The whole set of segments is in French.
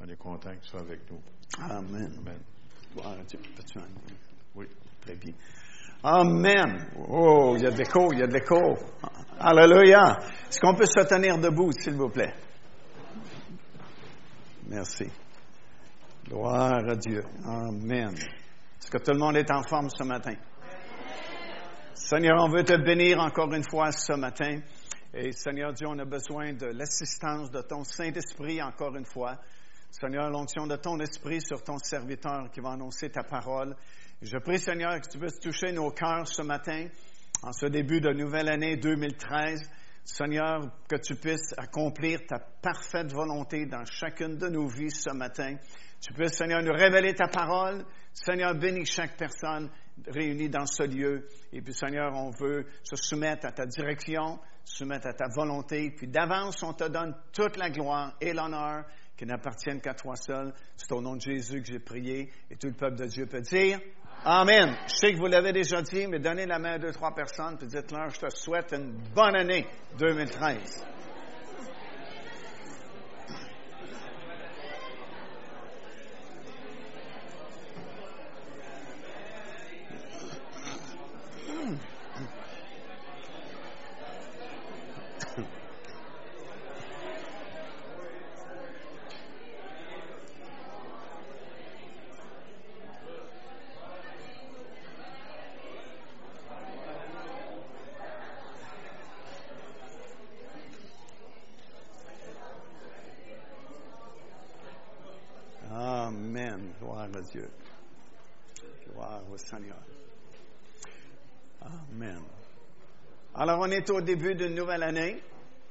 On est content que tu sois avec nous. Amen. Amen. Gloire à Dieu. Peux-tu en- Oui. Très bien. Amen. Oh, il y a de l'écho, il y a de l'écho. Alléluia. Est-ce qu'on peut se tenir debout, s'il vous plaît? Merci. Gloire à Dieu. Amen. Est-ce que tout le monde est en forme ce matin? Seigneur, on veut te bénir encore une fois ce matin. Et Seigneur Dieu, on a besoin de l'assistance de ton Saint-Esprit encore une fois. Seigneur, l'onction de ton Esprit sur ton serviteur qui va annoncer ta parole. Je prie, Seigneur, que tu puisses toucher nos cœurs ce matin, en ce début de nouvelle année 2013. Seigneur, que tu puisses accomplir ta parfaite volonté dans chacune de nos vies ce matin. Tu puisses, Seigneur, nous révéler ta parole. Seigneur, bénis chaque personne réunie dans ce lieu. Et puis, Seigneur, on veut se soumettre à ta direction, soumettre à ta volonté. Puis d'avance, on te donne toute la gloire et l'honneur qui n'appartiennent qu'à toi seul. C'est au nom de Jésus que j'ai prié. Et tout le peuple de Dieu peut dire Amen. Je sais que vous l'avez déjà dit, mais donnez la main à 2-3 personnes puis dites-leur, je te souhaite une bonne année 2013. Amen. Gloire à Dieu. Gloire au Seigneur. Amen. Alors, on est au début d'une nouvelle année.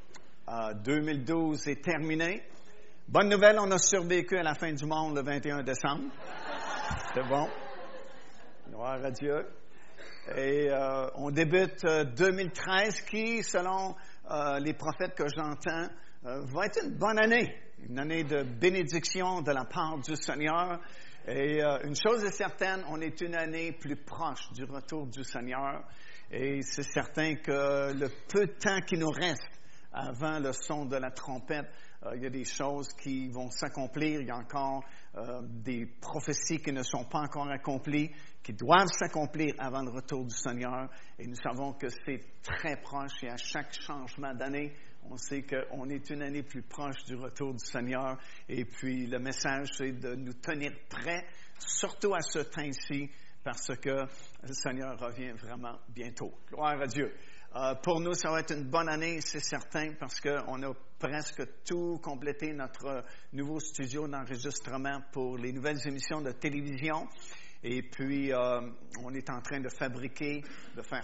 2012 est terminé. Bonne nouvelle, on a survécu à la fin du monde le 21 décembre. C'est bon. Gloire à Dieu. Et on débute 2013 qui, selon les prophètes que j'entends, va être une bonne année. Une année de bénédiction de la part du Seigneur. Et une chose est certaine, on est une année plus proche du retour du Seigneur. Et c'est certain que le peu de temps qui nous reste avant le son de la trompette, il y a des choses qui vont s'accomplir. Il y a encore des prophéties qui ne sont pas encore accomplies, qui doivent s'accomplir avant le retour du Seigneur. Et nous savons que c'est très proche. Et à chaque changement d'année, on sait qu'on est une année plus proche du retour du Seigneur. Et puis, le message, c'est de nous tenir prêts, surtout à ce temps-ci, parce que le Seigneur revient vraiment bientôt. Gloire à Dieu. Pour nous, ça va être une bonne année, c'est certain, parce qu'on a presque tout complété notre nouveau studio d'enregistrement pour les nouvelles émissions de télévision. Et puis, on est en train de fabriquer, de faire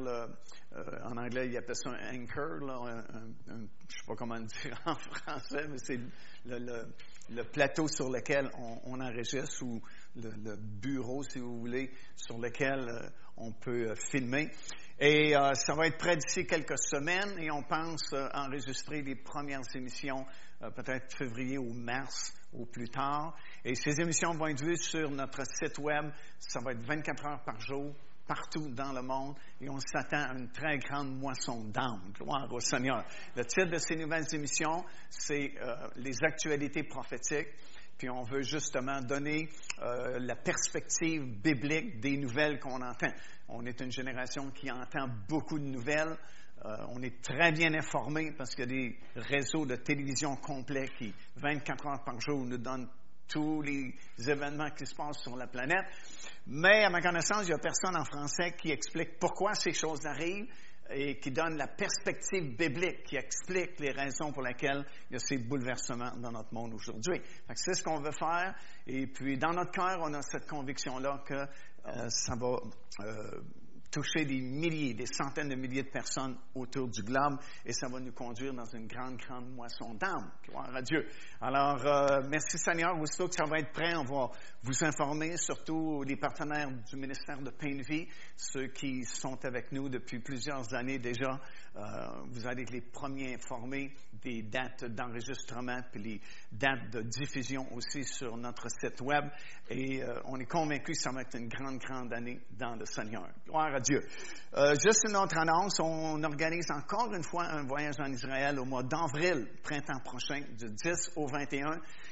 en anglais, ils appellent ça un anchor, là, je ne sais pas comment le dire en français, mais c'est le plateau sur lequel on enregistre, ou le bureau, si vous voulez, sur lequel on peut filmer. Et ça va être prêt d'ici quelques semaines, et on pense enregistrer les premières émissions peut-être février ou mars ou plus tard. Et ces émissions vont être vues sur notre site web. Ça va être 24 heures par jour, partout dans le monde. Et on s'attend à une très grande moisson d'âmes. Gloire au Seigneur. Le titre de ces nouvelles émissions, c'est les actualités prophétiques. Puis on veut justement donner la perspective biblique des nouvelles qu'on entend. On est une génération qui entend beaucoup de nouvelles. On est très bien informés parce qu'il y a des réseaux de télévision complets qui, 24 heures par jour, nous donnent tous les événements qui se passent sur la planète. Mais à ma connaissance, il n'y a personne en français qui explique pourquoi ces choses arrivent et qui donne la perspective biblique, qui explique les raisons pour lesquelles il y a ces bouleversements dans notre monde aujourd'hui. C'est ce qu'on veut faire. Et puis, dans notre cœur, on a cette conviction-là que ça va toucher des milliers, des centaines de milliers de personnes autour du globe, et ça va nous conduire dans une grande, grande moisson d'âmes. Gloire à Dieu. Alors, merci Seigneur. Aussitôt que ça va être prêt, on va vous informer, surtout les partenaires du ministère de Pain de Vie, ceux qui sont avec nous depuis plusieurs années déjà. Vous allez être les premiers informés des dates d'enregistrement puis les dates de diffusion aussi sur notre site web. Et on est convaincus que ça va être une grande, grande année dans le Seigneur. Gloire à Dieu. Juste une autre annonce, on organise encore une fois un voyage en Israël au mois d'avril, printemps prochain, du 10 au 21.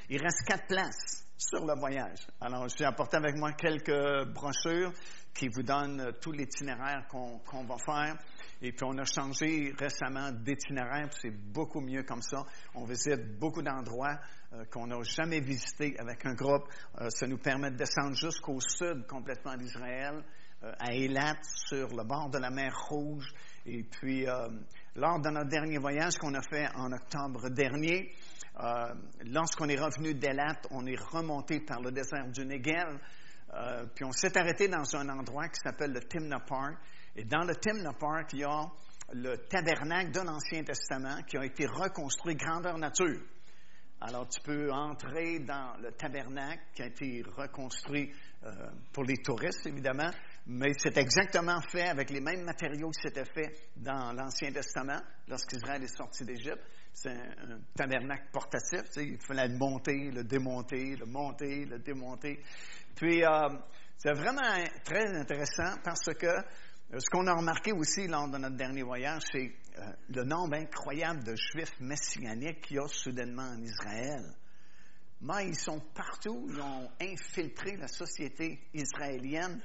Il reste 4 places sur le voyage. Alors, j'ai apporté avec moi quelques brochures qui vous donnent tout l'itinéraire qu'on va faire. Et puis, on a changé récemment d'itinéraire, puis c'est beaucoup mieux comme ça. On visite beaucoup d'endroits qu'on n'a jamais visités avec un groupe. Ça nous permet de descendre jusqu'au sud complètement d'Israël, à Eilat, sur le bord de la mer Rouge. Et puis, lors de notre dernier voyage qu'on a fait en octobre dernier, lorsqu'on est revenu d'Eilat, on est remonté par le désert du Negev. Puis on s'est arrêté dans un endroit qui s'appelle le Timna Park. Et dans le Timna Park, il y a le tabernacle de l'Ancien Testament qui a été reconstruit grandeur nature. Alors, tu peux entrer dans le tabernacle qui a été reconstruit pour les touristes, évidemment, mais c'est exactement fait avec les mêmes matériaux que c'était fait dans l'Ancien Testament lorsqu'Israël est sorti d'Égypte. C'est un tabernacle portatif, tu sais, il fallait le monter, le démonter, le monter, le démonter. Puis, c'est vraiment très intéressant parce que ce qu'on a remarqué aussi lors de notre dernier voyage, c'est le nombre incroyable de Juifs messianiques qu'il y a soudainement en Israël. Mais ils sont partout, ils ont infiltré la société israélienne.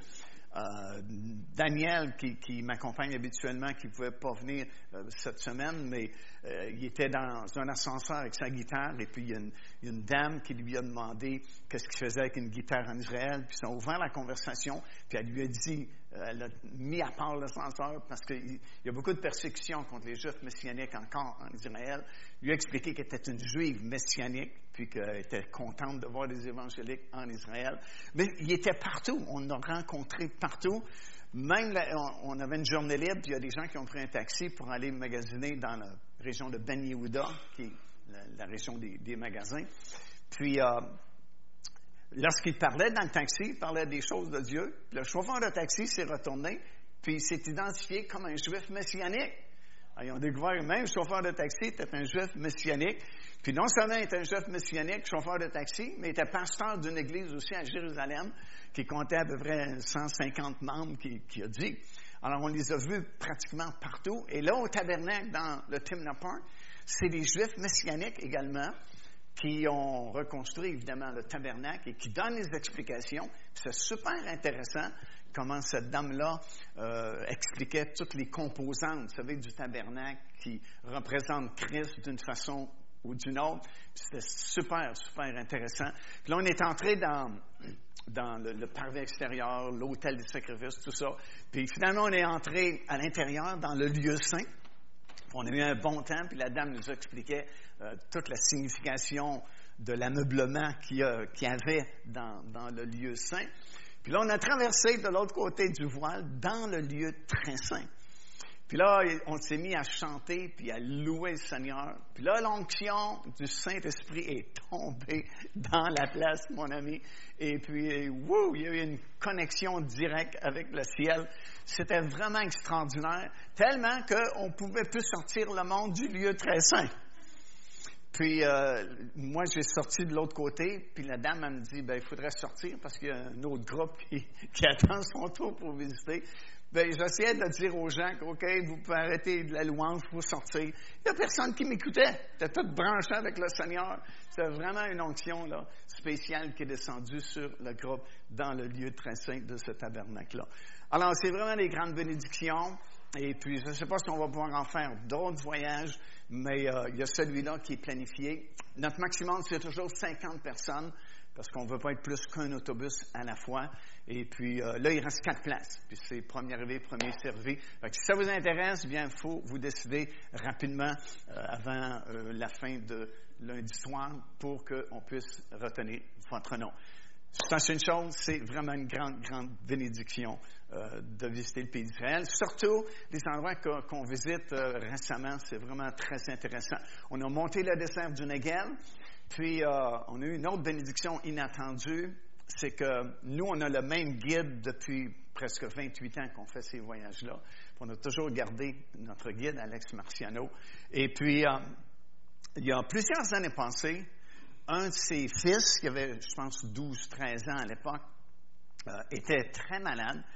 Daniel, qui m'accompagne habituellement, qui ne pouvait pas venir cette semaine, mais il était dans un ascenseur avec sa guitare, et puis il y a une dame qui lui a demandé qu'est-ce qu'il faisait avec une guitare en Israël, puis ils ont ouvert la conversation, puis elle lui a dit, elle a mis à part l'ascenseur, parce qu'il y a beaucoup de persécutions contre les Juifs messianiques encore en Israël. Il lui a expliqué qu'elle était une Juive messianique, puis qu'elle était contente de voir des évangéliques en Israël. Mais il était partout, on l'a rencontré partout. Même, on avait une journée libre, puis il y a des gens qui ont pris un taxi pour aller magasiner dans la région de Ben Yehuda, qui est la région des magasins. Puis, lorsqu'il parlait dans le taxi, il parlait des choses de Dieu. Le chauffeur de taxi s'est retourné, puis il s'est identifié comme un Juif messianique. Alors, ils ont découvert que même le chauffeur de taxi était un Juif messianique. Puis non seulement il était un Juif messianique, chauffeur de taxi, mais il était pasteur d'une église aussi à Jérusalem, qui comptait à peu près 150 membres, qui a dit. Alors, on les a vus pratiquement partout. Et là, au tabernacle, dans le Timna Park, c'est des Juifs messianiques également, qui ont reconstruit, évidemment, le tabernacle et qui donnent les explications. C'est super intéressant comment cette dame-là expliquait toutes les composantes, vous savez, du tabernacle qui représente Christ d'une façon ou d'une autre. C'était super, super intéressant. Puis là, on est entré dans le parvis extérieur, l'autel des sacrifices, tout ça. Puis finalement, on est entré à l'intérieur, dans le lieu saint. On a eu un bon temps, puis la dame nous expliquait toute la signification de l'ameublement qu'il y avait dans le lieu saint. Puis là, on a traversé de l'autre côté du voile dans le lieu très saint. Puis là, on s'est mis à chanter puis à louer le Seigneur. Puis là, l'onction du Saint-Esprit est tombée dans la place, mon ami. Et puis, il y a eu une connexion directe avec le ciel. C'était vraiment extraordinaire, tellement qu'on ne pouvait plus sortir le monde du lieu très saint. Puis, moi, j'ai sorti de l'autre côté, puis la dame, elle me dit, il faudrait sortir parce qu'il y a un autre groupe qui attend son tour pour visiter. J'essayais de dire aux gens OK, vous pouvez arrêter de la louange, il faut sortir. Il n'y a personne qui m'écoutait. J'étais tout branché avec le Seigneur. C'était vraiment une onction là, spéciale qui est descendue sur le groupe dans le lieu très saint de ce tabernacle-là. Alors, c'est vraiment des grandes bénédictions. Et puis, je ne sais pas si on va pouvoir en faire d'autres voyages, mais il y a celui-là qui est planifié. Notre maximum, c'est toujours 50 personnes, parce qu'on ne veut pas être plus qu'un autobus à la fois. Et puis, là, il reste 4 places. Puis, c'est premier arrivé, premier servi. Donc, si ça vous intéresse, bien, il faut vous décider rapidement avant la fin de lundi soir pour qu'on puisse retenir votre nom. C'est une chose, c'est vraiment une grande, grande bénédiction de visiter le pays d'Israël. Surtout les endroits qu'on visite récemment, c'est vraiment très intéressant. On a monté le désert du Negev, puis on a eu une autre bénédiction inattendue, c'est que nous, on a le même guide depuis presque 28 ans qu'on fait ces voyages-là. On a toujours gardé notre guide, Alex Marciano. Et puis, il y a plusieurs années passées, un de ses fils, qui avait, je pense, 12-13 ans à l'époque, était très malade.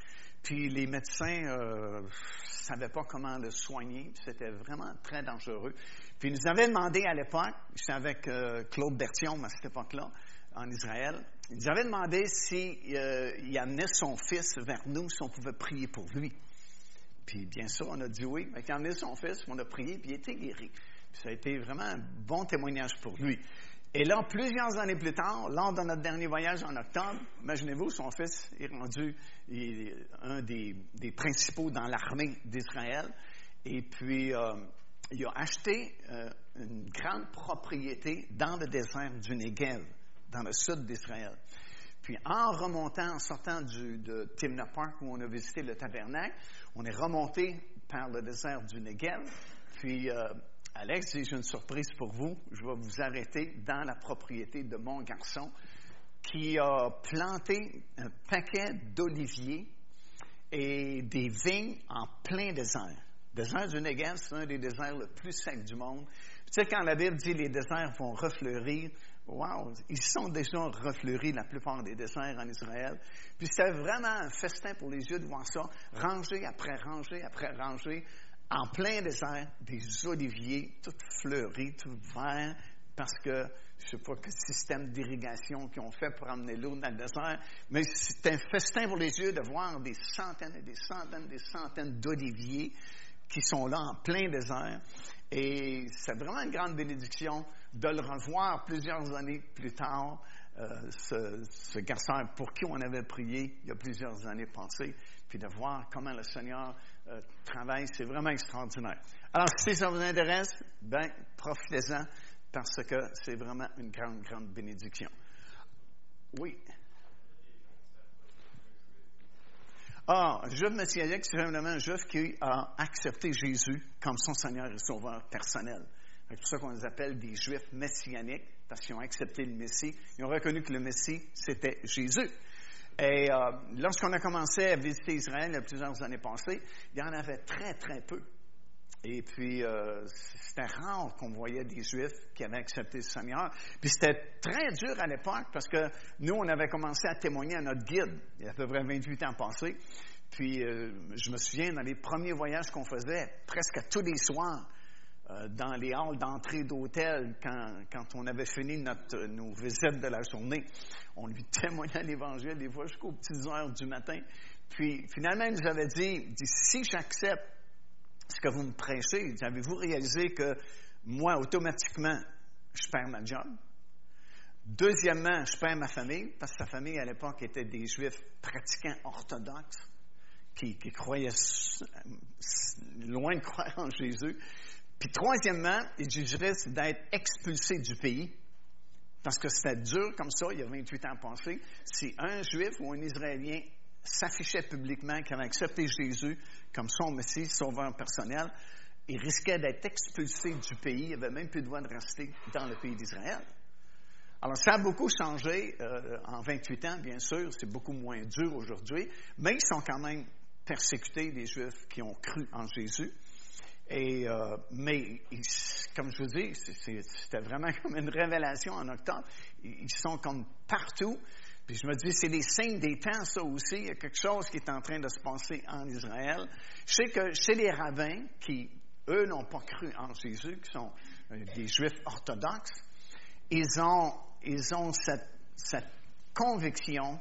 puis les médecins ne savaient pas comment le soigner, puis c'était vraiment très dangereux. Puis ils nous avaient demandé à l'époque, j'étais avec Claude Berthiaume à cette époque-là, en Israël, ils nous avaient demandé s'il amenait son fils vers nous, si on pouvait prier pour lui. Puis bien sûr, on a dit oui. Il a amené son fils, on a prié, puis il a été guéri. Puis ça a été vraiment un bon témoignage pour lui. Et là, plusieurs années plus tard, lors de notre dernier voyage en octobre, imaginez-vous, son fils est rendu un des principaux dans l'armée d'Israël. Et puis, il a acheté une grande propriété dans le désert du Negev, dans le sud d'Israël. Puis, en remontant, en sortant de Timna Park, où on a visité le tabernacle, on est remonté par le désert du Negev. Puis, Alex, j'ai une surprise pour vous. Je vais vous arrêter dans la propriété de mon garçon qui a planté un paquet d'oliviers et des vignes en plein désert. Le désert du Negev, c'est un des déserts le plus secs du monde. Tu sais, quand la Bible dit les déserts vont refleurir, wow, ils sont déjà refleuris, la plupart des déserts en Israël. Puis c'était vraiment un festin pour les yeux de voir ça, rangée après rangée après rangée, en plein désert, des oliviers, tout fleuris, tout verts, parce que, je ne sais pas quel système d'irrigation qu'ils ont fait pour amener l'eau dans le désert, mais c'est un festin pour les yeux de voir des centaines et des centaines et des centaines d'oliviers qui sont là en plein désert. Et c'est vraiment une grande bénédiction de le revoir plusieurs années plus tard, ce garçon pour qui on avait prié il y a plusieurs années passées, puis de voir comment le Seigneur travaille, c'est vraiment extraordinaire. Alors, si ça vous intéresse, ben profitez-en, parce que c'est vraiment une grande, grande bénédiction. Oui. Juif messianique, c'est vraiment un juif qui a accepté Jésus comme son Seigneur et Sauveur personnel. C'est pour ça qu'on les appelle des Juifs messianiques, parce qu'ils ont accepté le Messie. Ils ont reconnu que le Messie, c'était Jésus. Et lorsqu'on a commencé à visiter Israël il y a plusieurs années passées, il y en avait très, très peu. Et puis, c'était rare qu'on voyait des Juifs qui avaient accepté le Seigneur. Puis c'était très dur à l'époque parce que nous, on avait commencé à témoigner à notre guide. Il y a à peu près 28 ans passés. Puis, je me souviens, dans les premiers voyages qu'on faisait, presque à tous les soirs, dans les halls d'entrée d'hôtel, quand on avait fini nos visites de la journée, on lui témoignait l'Évangile des fois jusqu'aux petites heures du matin. Puis, finalement, il nous avait dit, si j'accepte ce que vous me prêchez, avez-vous réalisé que moi, automatiquement, je perds ma job? Deuxièmement, je perds ma famille, parce que sa famille, à l'époque, était des Juifs pratiquants orthodoxes, qui croyaient loin de croire en Jésus. Puis troisièmement, il dit, je risque d'être expulsé du pays, parce que c'était dur comme ça, il y a 28 ans passés, si un Juif ou un Israélien s'affichait publiquement qu'il avait accepté Jésus comme son Messie, sauveur personnel, il risquait d'être expulsé du pays, il n'avait même plus le droit de rester dans le pays d'Israël. Alors, ça a beaucoup changé en 28 ans, bien sûr, c'est beaucoup moins dur aujourd'hui, mais ils sont quand même persécutés, les Juifs qui ont cru en Jésus. Et, mais, comme je vous dis, c'était vraiment comme une révélation en octobre. Ils sont comme partout. Puis je me dis, c'est les signes des temps, ça aussi. Il y a quelque chose qui est en train de se passer en Israël. Je sais que chez les rabbins, qui, eux, n'ont pas cru en Jésus, qui sont des Juifs orthodoxes, ils ont cette conviction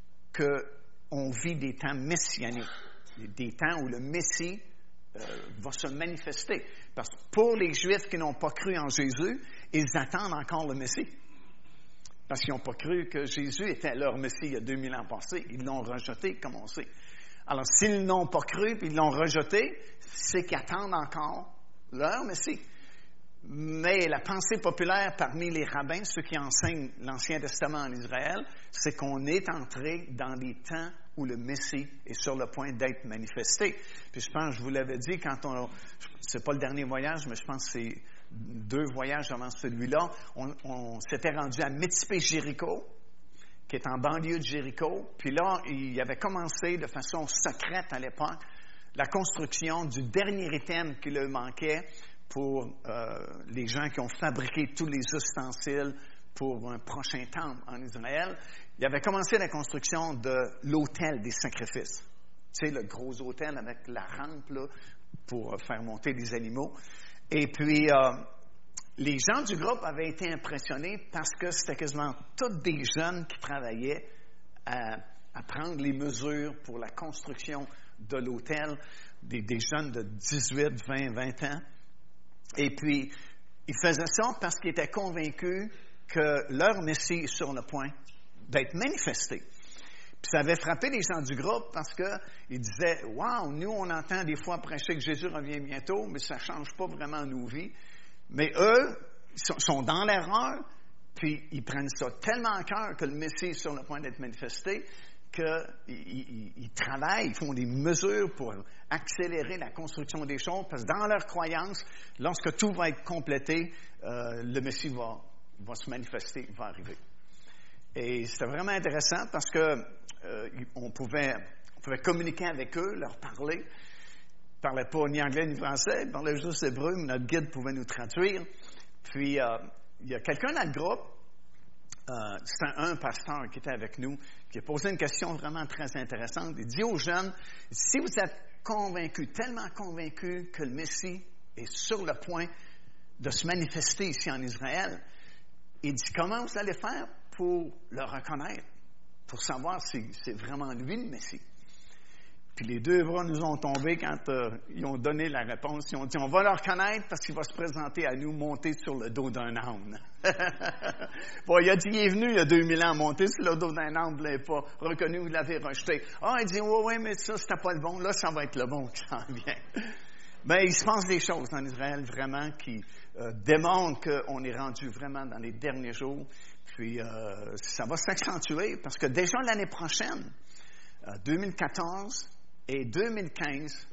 qu'on vit des temps messianiques, des temps où le Messie va se manifester. Parce que pour les Juifs qui n'ont pas cru en Jésus, ils attendent encore le Messie. Parce qu'ils n'ont pas cru que Jésus était leur Messie il y a 2000 ans passés. Ils l'ont rejeté, comme on sait. Alors, s'ils n'ont pas cru et ils l'ont rejeté, c'est qu'ils attendent encore leur Messie. Mais la pensée populaire parmi les rabbins, ceux qui enseignent l'Ancien Testament en Israël, c'est qu'on est entré dans les temps où le Messie est sur le point d'être manifesté. Puis je pense, je vous l'avais dit, c'est pas le dernier voyage, mais je pense que c'est 2 voyages avant celui-là, on s'était rendu à Mitzpé-Jéricho, qui est en banlieue de Jéricho. Puis là, il avait commencé de façon secrète à l'époque la construction du dernier item qui leur manquait pour les gens qui ont fabriqué tous les ustensiles pour un prochain temple en Israël. Il avait commencé la construction de l'autel des sacrifices. Tu sais, le gros hôtel avec la rampe là, pour faire monter les animaux. Et puis, les gens du groupe avaient été impressionnés parce que c'était quasiment tous des jeunes qui travaillaient à prendre les mesures pour la construction de l'hôtel, des jeunes de 18, 20 ans. Et puis, ils faisaient ça parce qu'ils étaient convaincus que leur Messie est sur le point d'être manifesté. Puis ça avait frappé les gens du groupe parce qu'ils disaient « Wow, nous, on entend des fois prêcher que Jésus revient bientôt, mais ça ne change pas vraiment nos vies. » Mais eux sont dans l'erreur, puis ils prennent ça tellement à cœur que le Messie est sur le point d'être manifesté qu'ils travaillent, ils font des mesures pour accélérer la construction des choses, parce que dans leur croyance, lorsque tout va être complété, le Messie va se manifester, va arriver. Et c'était vraiment intéressant parce que on pouvait communiquer avec eux, leur parler. Ils ne parlaient pas ni anglais ni français, ils parlaient juste hébreu, mais notre guide pouvait nous traduire. Puis, il y a quelqu'un dans le groupe, c'était un pasteur qui était avec nous, qui a posé une question vraiment très intéressante. Il dit aux jeunes, si vous êtes convaincus, tellement convaincus que le Messie est sur le point de se manifester ici en Israël, il dit, comment vous allez faire pour le reconnaître, pour savoir si c'est vraiment lui le Messie? Puis les deux bras nous ont tombé quand ils ont donné la réponse. Ils ont dit, on va le reconnaître parce qu'il va se présenter à nous monté sur le dos d'un âne. Bon, il a dit, il est venu il y a 2000 ans monté sur le dos d'un âne, vous ne l'avez pas reconnu, vous l'avez rejeté. Ah, il dit, oui, mais ça, c'était pas le bon. Là, ça va être le bon qui s'en vient. Bien, il se passe des choses en Israël vraiment qui démontrent qu'on est rendu vraiment dans les derniers jours. Puis, ça va s'accentuer parce que déjà l'année prochaine, 2014 et 2015,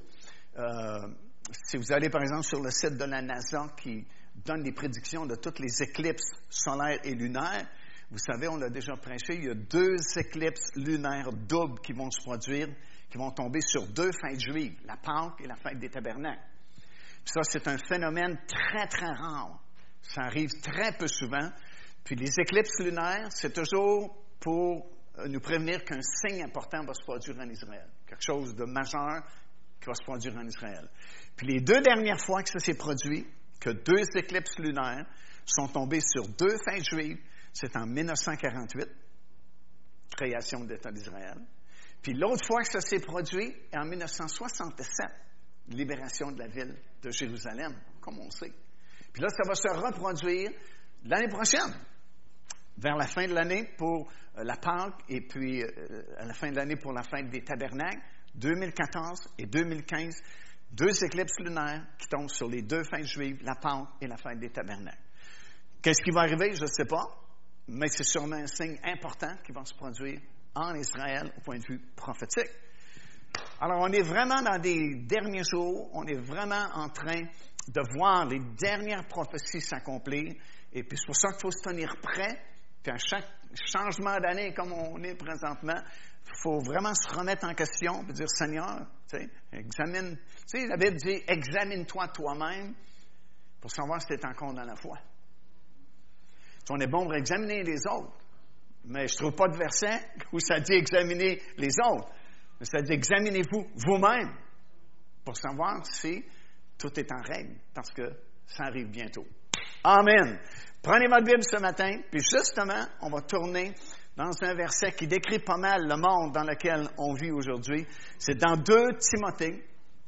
si vous allez par exemple sur le site de la NASA qui donne des prédictions de toutes les éclipses solaires et lunaires, vous savez, on l'a déjà prêché, il y a 2 éclipses lunaires doubles qui vont se produire, qui vont tomber sur 2 fêtes juives, la Pâque et la fête des Tabernacles. Puis ça, c'est un phénomène très, très rare. Ça arrive très peu souvent. Puis les éclipses lunaires, c'est toujours pour nous prévenir qu'un signe important va se produire en Israël. Quelque chose de majeur qui va se produire en Israël. Puis les 2 dernières fois que ça s'est produit, que 2 éclipses lunaires sont tombés sur 2 fêtes juives, c'est en 1948, création de l'État d'Israël. Puis l'autre fois que ça s'est produit, est en 1967, libération de la ville de Jérusalem, comme on sait. Puis là, ça va se reproduire l'année prochaine, vers la fin de l'année pour la Pâque et puis à la fin de l'année pour la fête des Tabernacles, 2014 et 2015, 2 éclipses lunaires qui tombent sur les 2 fêtes juives, la Pâque et la fête des Tabernacles. Qu'est-ce qui va arriver? Je ne sais pas, mais c'est sûrement un signe important qui va se produire en Israël au point de vue prophétique. Alors, on est vraiment dans des derniers jours, on est vraiment en train de voir les dernières prophéties s'accomplir, et puis c'est pour ça qu'il faut se tenir prêt, puis à chaque changement d'année comme on est présentement, il faut vraiment se remettre en question et dire, Seigneur, examine, la Bible dit, examine-toi toi-même pour savoir si tu es encore dans la foi. On est bon pour examiner les autres, mais je ne trouve pas de verset où ça dit examiner les autres. Mais ça dit examinez-vous vous-même pour savoir si tout est en règle, parce que ça arrive bientôt. Amen. Prenez votre Bible ce matin, puis justement, on va tourner dans un verset qui décrit pas mal le monde dans lequel on vit aujourd'hui. C'est dans 2 Timothée,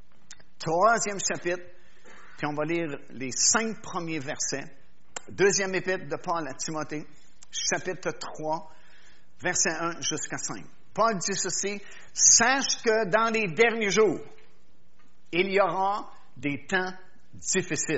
3e chapitre, puis on va lire les 5 premiers versets. 2e épître de Paul à Timothée, chapitre 3, verset 1 jusqu'à 5. Paul dit ceci, « Sache que dans les derniers jours, il y aura des temps difficiles. »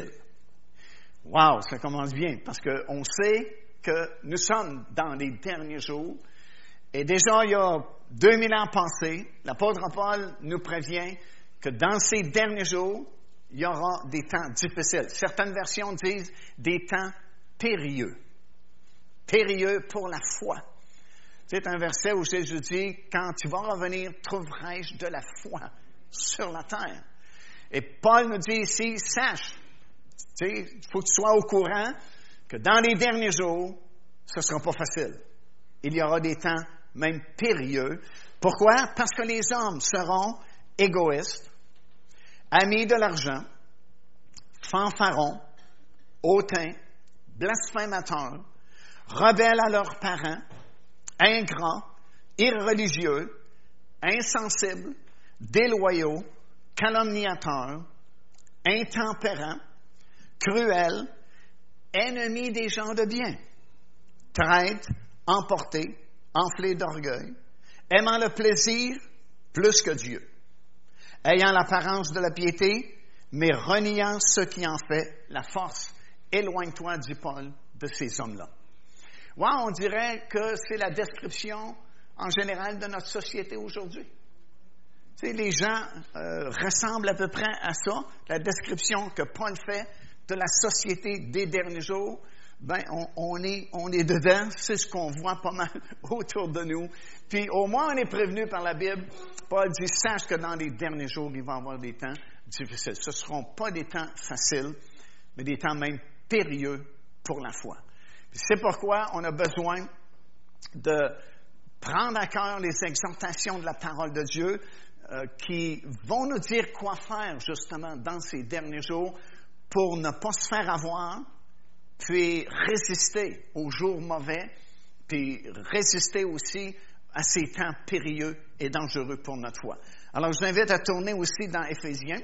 Wow, ça commence bien, parce qu'on sait que nous sommes dans les derniers jours. Et déjà, il y a 2000 ans passés, l'apôtre Paul nous prévient que dans ces derniers jours, il y aura des temps difficiles. Certaines versions disent des temps périlleux. Périlleux pour la foi. C'est un verset où Jésus dit, quand tu vas revenir, trouverai-je de la foi sur la terre. Et Paul nous dit ici, sache, il faut que tu sois au courant que dans les derniers jours, ce ne sera pas facile. Il y aura des temps même périlleux. Pourquoi? Parce que les hommes seront égoïstes, amis de l'argent, fanfarons, hautains, blasphémateurs, rebelles à leurs parents, ingrats, irreligieux, insensibles, déloyaux, calomniateurs, intempérants, cruels, ennemis des gens de bien, traîtres, emportés, enflés d'orgueil, aimant le plaisir plus que Dieu, ayant l'apparence de la piété, mais reniant ce qui en fait la force. Éloigne-toi, dit Paul, de ces hommes-là. On dirait que c'est la description en général de notre société aujourd'hui. Tu sais, les gens ressemblent à peu près à ça, la description que Paul fait de la société des derniers jours. On est dedans, c'est ce qu'on voit pas mal autour de nous. Puis au moins on est prévenu par la Bible. Paul dit, sache que dans les derniers jours, il va y avoir des temps difficiles. Ce ne seront pas des temps faciles, mais des temps même périlleux pour la foi. Puis c'est pourquoi on a besoin de prendre à cœur les exhortations de la parole de Dieu qui vont nous dire quoi faire justement dans ces derniers jours pour ne pas se faire avoir, puis résister aux jours mauvais, puis résister aussi à ces temps périlleux et dangereux pour notre foi. Alors, je vous invite à tourner aussi dans Éphésiens,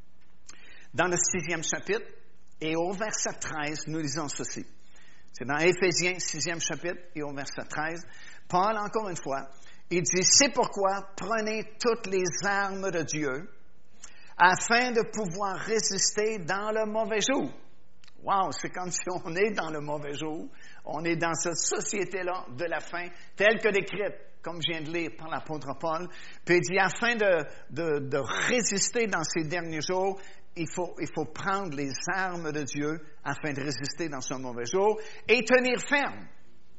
dans le 6e chapitre, et au verset 13, nous lisons ceci. C'est dans Éphésiens, 6e chapitre, et au verset 13. Paul, encore une fois, il dit, « C'est pourquoi prenez toutes les armes de Dieu, afin de pouvoir résister dans le mauvais jour. » Wow, c'est comme si on est dans le mauvais jour. On est dans cette société-là de la fin, telle que décrite, comme je viens de lire par l'apôtre Paul. Puis il dit, afin de résister dans ces derniers jours, il faut prendre les armes de Dieu afin de résister dans ce mauvais jour et tenir ferme.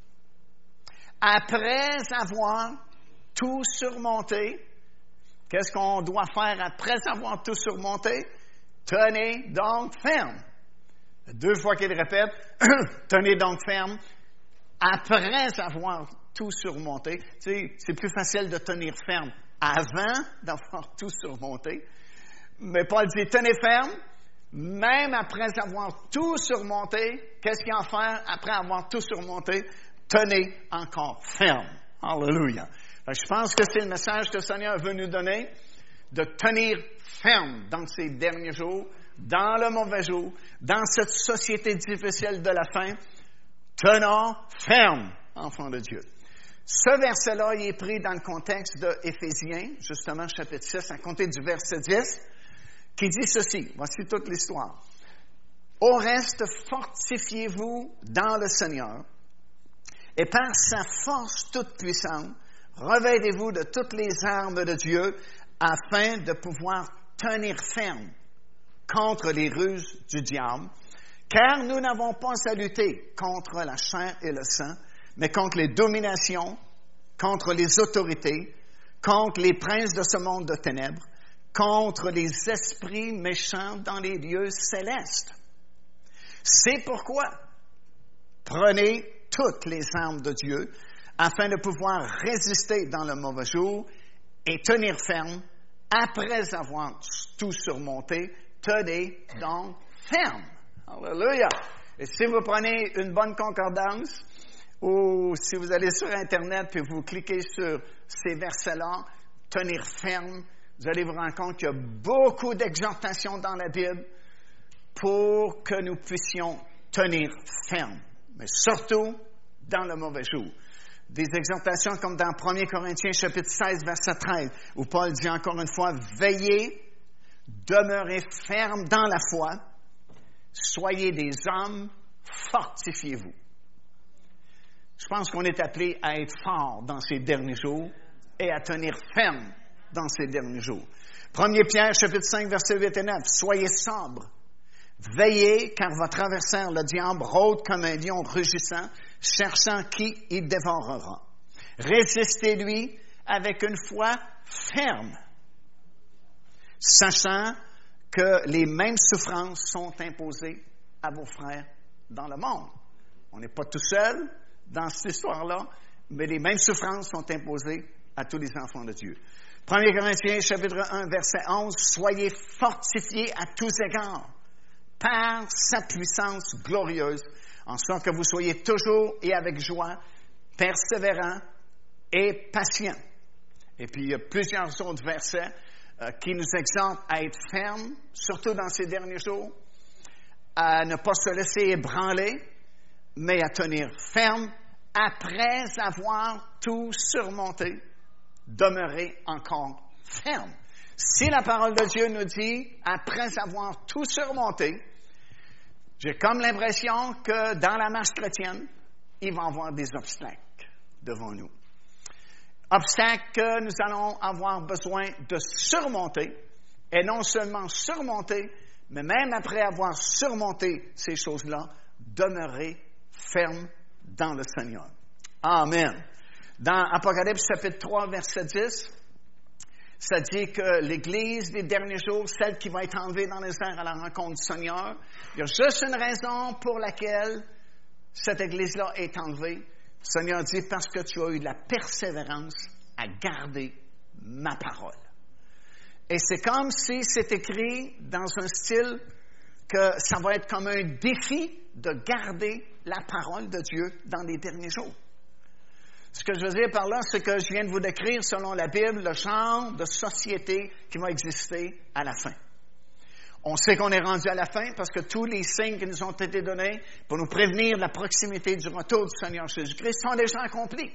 Après avoir tout surmonté, qu'est-ce qu'on doit faire après avoir tout surmonté? Tenez donc ferme. 2 fois qu'il répète, tenez donc ferme, après avoir tout surmonté. Tu sais, c'est plus facile de tenir ferme avant d'avoir tout surmonté. Mais Paul dit, tenez ferme, même après avoir tout surmonté. Qu'est-ce qu'il y a à faire après avoir tout surmonté? Tenez encore ferme. Alléluia. Je pense que c'est le message que le Seigneur veut nous donner, de tenir ferme dans ces derniers jours, dans le mauvais jour, dans cette société difficile de la fin. Tenons ferme, enfants de Dieu. Ce verset-là, il est pris dans le contexte de Éphésiens, justement, chapitre 6, à compter du verset 10, qui dit ceci. Voici toute l'histoire. « Au reste, fortifiez-vous dans le Seigneur, et par sa force toute puissante, revêtez-vous de toutes les armes de Dieu, afin de pouvoir tenir ferme contre les ruses du diable, car nous n'avons pas à lutter contre la chair et le sang, mais contre les dominations, contre les autorités, contre les princes de ce monde de ténèbres, contre les esprits méchants dans les lieux célestes. C'est pourquoi prenez toutes les armes de Dieu, afin de pouvoir résister dans le mauvais jour et tenir ferme après avoir tout surmonté. Tenez donc ferme. Alléluia. Et si vous prenez une bonne concordance, ou si vous allez sur Internet puis vous cliquez sur ces versets-là, tenir ferme, vous allez vous rendre compte qu'il y a beaucoup d'exhortations dans la Bible pour que nous puissions tenir ferme, mais surtout dans le mauvais jour. Des exhortations comme dans 1 Corinthiens chapitre 16, verset 13, où Paul dit encore une fois, « Veillez, demeurez fermes dans la foi, soyez des hommes, fortifiez-vous. » Je pense qu'on est appelé à être fort dans ces derniers jours et à tenir ferme dans ces derniers jours. 1 Pierre chapitre 5, verset 8 et 9, « Soyez sobres, veillez, car votre adversaire, le diable, rôde comme un lion rugissant, cherchant qui il dévorera. Résistez-lui avec une foi ferme, sachant que les mêmes souffrances sont imposées à vos frères dans le monde. » On n'est pas tout seul dans cette histoire-là. mais les mêmes souffrances sont imposées à tous les enfants de Dieu. 1 Corinthiens, chapitre 1, verset 11, « Soyez fortifiés à tous égards par sa puissance glorieuse, en sorte que vous soyez toujours et avec joie, persévérants et patients. » Et puis, il y a plusieurs autres versets qui nous exhortent à être fermes, surtout dans ces derniers jours, à ne pas se laisser ébranler, mais à tenir ferme après avoir tout surmonté, demeurer encore ferme. Si la parole de Dieu nous dit, après avoir tout surmonté, j'ai comme l'impression que dans la marche chrétienne, il va y avoir des obstacles devant nous. Obstacles que nous allons avoir besoin de surmonter, et non seulement surmonter, mais même après avoir surmonté ces choses-là, demeurer ferme dans le Seigneur. Amen. Dans Apocalypse chapitre 3, verset 10, ça dit que l'Église des derniers jours, celle qui va être enlevée dans les airs à la rencontre du Seigneur, il y a juste une raison pour laquelle cette Église-là est enlevée. Le Seigneur dit, parce que tu as eu de la persévérance à garder ma parole. Et c'est comme si c'est écrit dans un style que ça va être comme un défi de garder la parole de Dieu dans les derniers jours. Ce que je veux dire par là, c'est que je viens de vous décrire, selon la Bible, le genre de société qui va exister à la fin. On sait qu'on est rendu à la fin parce que tous les signes qui nous ont été donnés pour nous prévenir de la proximité du retour du Seigneur Jésus-Christ sont déjà accomplis.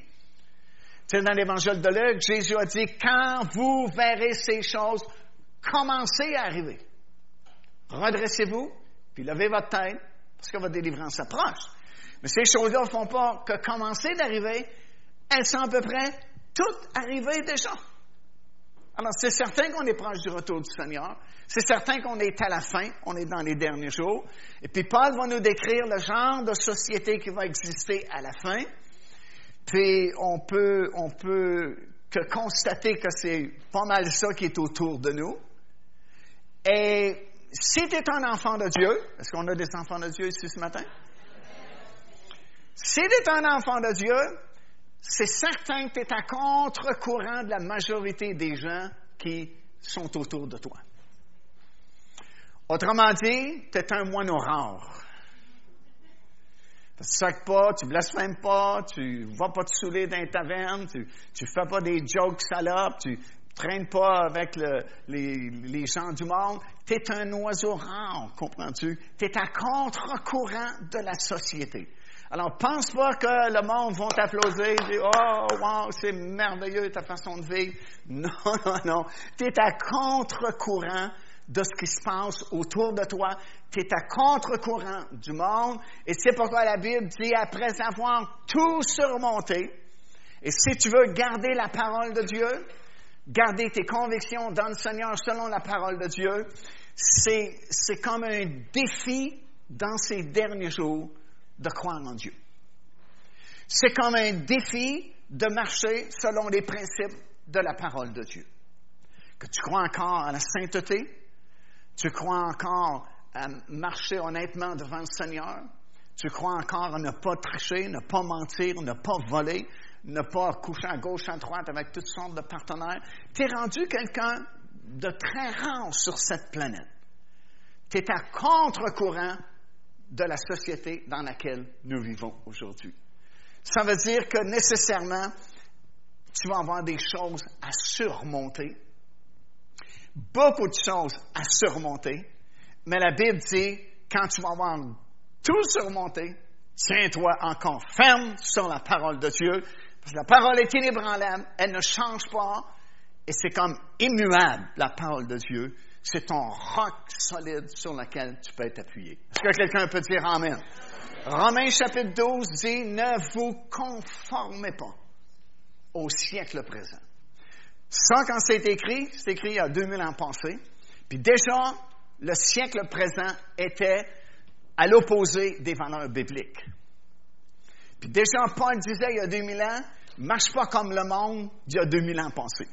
Tu sais, dans l'Évangile de Luc, Jésus a dit, quand vous verrez ces choses commencer à arriver, redressez-vous, puis levez votre tête, parce que votre délivrance approche. Mais ces choses-là ne font pas que commencer d'arriver, elles sont à peu près toutes arrivées déjà. Alors, c'est certain qu'on est proche du retour du Seigneur. C'est certain qu'on est à la fin, on est dans les derniers jours. Et puis, Paul va nous décrire le genre de société qui va exister à la fin. Puis, on peut que constater que c'est pas mal ça qui est autour de nous. Et si tu es un enfant de Dieu, est-ce qu'on a des enfants de Dieu ici ce matin? Si tu es un enfant de Dieu, c'est certain que tu es à contre-courant de la majorité des gens qui sont autour de toi. Autrement dit, tu es un moineau rare. Tu ne sacs pas, tu blasphèmes pas, tu ne vas pas te saouler dans les tavernes, tu ne fais pas des jokes salopes, tu ne traînes pas avec les gens du monde. Tu es un oiseau rare, comprends-tu? Tu es à contre-courant de la société. Alors, pense pas que le monde va t'applaudir, dire « Oh, wow, c'est merveilleux ta façon de vivre. » Non, non, non. Tu es à contre-courant de ce qui se passe autour de toi. Tu es à contre-courant du monde. Et c'est pourquoi la Bible dit, après avoir tout surmonté, et si tu veux garder la parole de Dieu, garder tes convictions dans le Seigneur selon la parole de Dieu, c'est comme un défi dans ces derniers jours de croire en Dieu. C'est comme un défi de marcher selon les principes de la parole de Dieu. Que tu crois encore à la sainteté, tu crois encore à marcher honnêtement devant le Seigneur, tu crois encore à ne pas tricher, ne pas mentir, ne pas voler, ne pas coucher à gauche, à droite avec toutes sortes de partenaires. Tu es rendu quelqu'un de très rare sur cette planète. Tu es à contre-courant de la société dans laquelle nous vivons aujourd'hui. Ça veut dire que nécessairement, tu vas avoir des choses à surmonter, beaucoup de choses à surmonter, mais la Bible dit, quand tu vas avoir tout surmonté, tiens-toi encore ferme sur la parole de Dieu, parce que la parole est inébranlable, elle ne change pas, et c'est comme immuable, la parole de Dieu. C'est ton roc solide sur lequel tu peux être appuyé. Est-ce que quelqu'un peut dire Amen? Romains chapitre 12 dit, ne vous conformez pas au siècle présent. Ça, quand c'est écrit il y a 2000 ans passés. Puis déjà, le siècle présent était à l'opposé des valeurs bibliques. Puis déjà, Paul disait il y a 2000 ans, marche pas comme le monde d'il y a 2000 ans passés.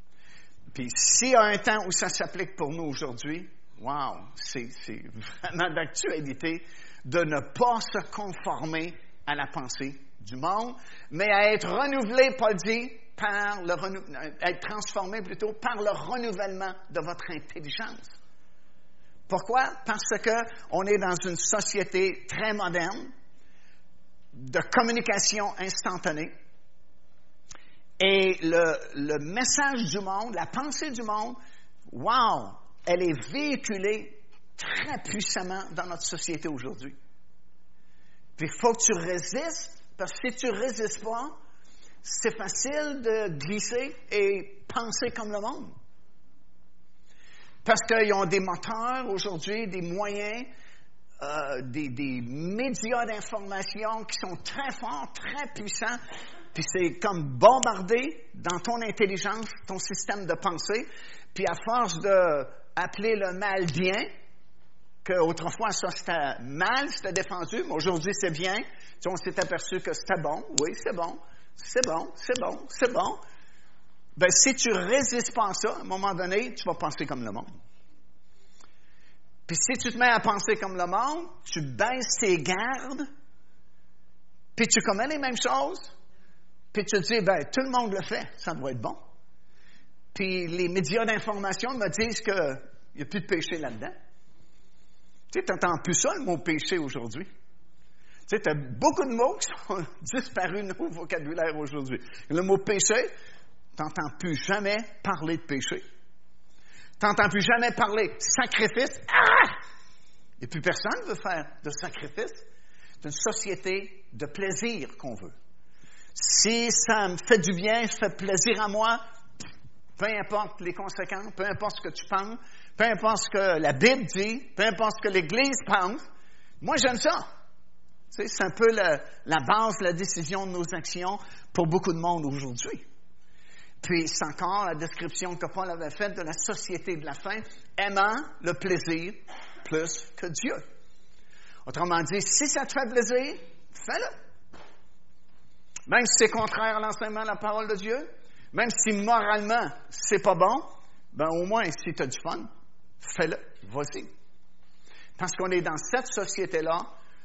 Puis s'il y a un temps où ça s'applique pour nous aujourd'hui, wow, c'est vraiment d'actualité de ne pas se conformer à la pensée du monde, mais à être renouvelé, Paul dit, être transformé plutôt par le renouvellement de votre intelligence. Pourquoi? Parce qu'on est dans une société très moderne, de communication instantanée, et le message du monde, la pensée du monde, wow, elle est véhiculée très puissamment dans notre société aujourd'hui. Puis il faut que tu résistes, parce que si tu ne résistes pas, c'est facile de glisser et penser comme le monde. Parce qu'ils ont des moteurs aujourd'hui, des moyens, des médias d'information qui sont très forts, très puissants, puis c'est comme bombarder dans ton intelligence, ton système de pensée, puis à force d'appeler le mal bien, qu'autrefois ça c'était mal, c'était défendu, mais aujourd'hui c'est bien, on s'est aperçu que c'était bon, oui c'est bon, c'est bon, c'est bon, c'est bon. Ben si tu ne résistes pas à ça, à un moment donné, tu vas penser comme le monde. Puis si tu te mets à penser comme le monde, tu baisses tes gardes, puis tu commets les mêmes choses, puis tu te dis, ben tout le monde le fait, ça doit être bon. Puis les médias d'information me disent qu'il n'y a plus de péché là-dedans. Tu sais, tu n'entends plus ça, le mot péché aujourd'hui. Tu sais, tu as beaucoup de mots qui sont disparus de nos vocabulaires aujourd'hui. Le mot péché, tu n'entends plus jamais parler de péché. Tu n'entends plus jamais parler sacrifice. Ah! Et puis personne ne veut faire de sacrifice. C'est une société de plaisir qu'on veut. Si ça me fait du bien, ça fait plaisir à moi, peu importe les conséquences, peu importe ce que tu penses, peu importe ce que la Bible dit, peu importe ce que l'Église pense, moi j'aime ça. Tu sais, c'est un peu la base de la décision de nos actions pour beaucoup de monde aujourd'hui. Puis c'est encore la description que Paul avait faite de la société de la fin, aimant le plaisir plus que Dieu. Autrement dit, si ça te fait plaisir, fais-le. Même si c'est contraire à l'enseignement de la parole de Dieu, même si moralement c'est pas bon, ben au moins si tu as du fun, fais-le, vas-y. Parce qu'on est dans cette société-là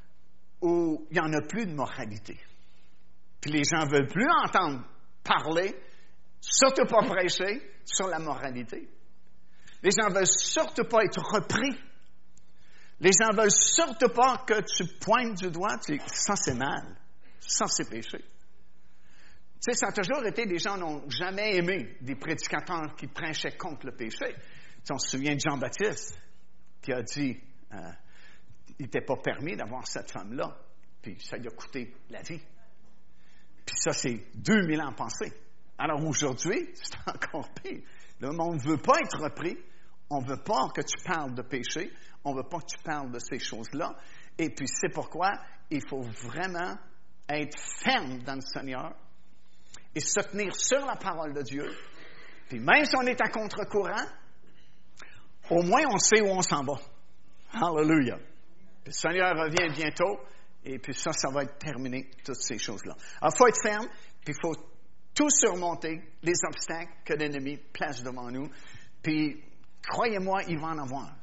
où il n'y en a plus de moralité. Puis les gens ne veulent plus entendre parler, surtout pas prêcher, sur la moralité. Les gens ne veulent surtout pas être repris. Les gens ne veulent surtout pas que tu pointes du doigt, tu dis, ça c'est mal, ça c'est péché. Tu sais, ça a toujours été, les gens n'ont jamais aimé des prédicateurs qui prêchaient contre le péché. Tu sais, on se souvient de Jean-Baptiste qui a dit, il n'était pas permis d'avoir cette femme-là, puis ça lui a coûté la vie. Puis ça, c'est 2000 ans passés. Alors aujourd'hui, c'est encore pire. Le monde ne veut pas être repris. On ne veut pas que tu parles de péché. On ne veut pas que tu parles de ces choses-là. Et puis c'est pourquoi il faut vraiment être ferme dans le Seigneur et se tenir sur la parole de Dieu. Puis même si on est à contre-courant, au moins on sait où on s'en va. Hallelujah. Puis le Seigneur revient bientôt, et puis ça va être terminé, toutes ces choses-là. Alors, il faut être ferme, puis il faut tout surmonter, les obstacles que l'ennemi place devant nous. Puis, croyez-moi, il va en avoir.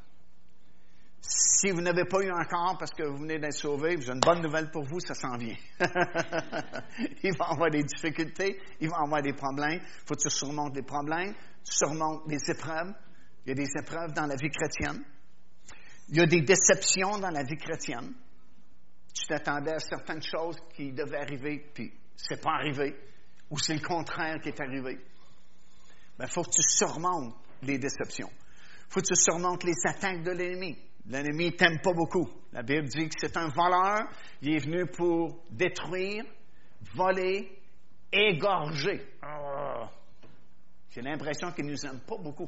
Si vous n'avez pas eu encore, parce que vous venez d'être sauvé, j'ai une bonne nouvelle pour vous, ça s'en vient. Il va y avoir des difficultés, il va y avoir des problèmes. Il faut que tu surmontes les problèmes, tu surmontes les épreuves. Il y a des épreuves dans la vie chrétienne. Il y a des déceptions dans la vie chrétienne. Tu t'attendais à certaines choses qui devaient arriver, puis c'est pas arrivé. Ou c'est le contraire qui est arrivé. Il faut que tu surmontes les déceptions. Il faut que tu surmontes les attaques de l'ennemi. L'ennemi ne t'aime pas beaucoup. La Bible dit que c'est un voleur. Il est venu pour détruire, voler, égorger. J'ai l'impression qu'il ne nous aime pas beaucoup.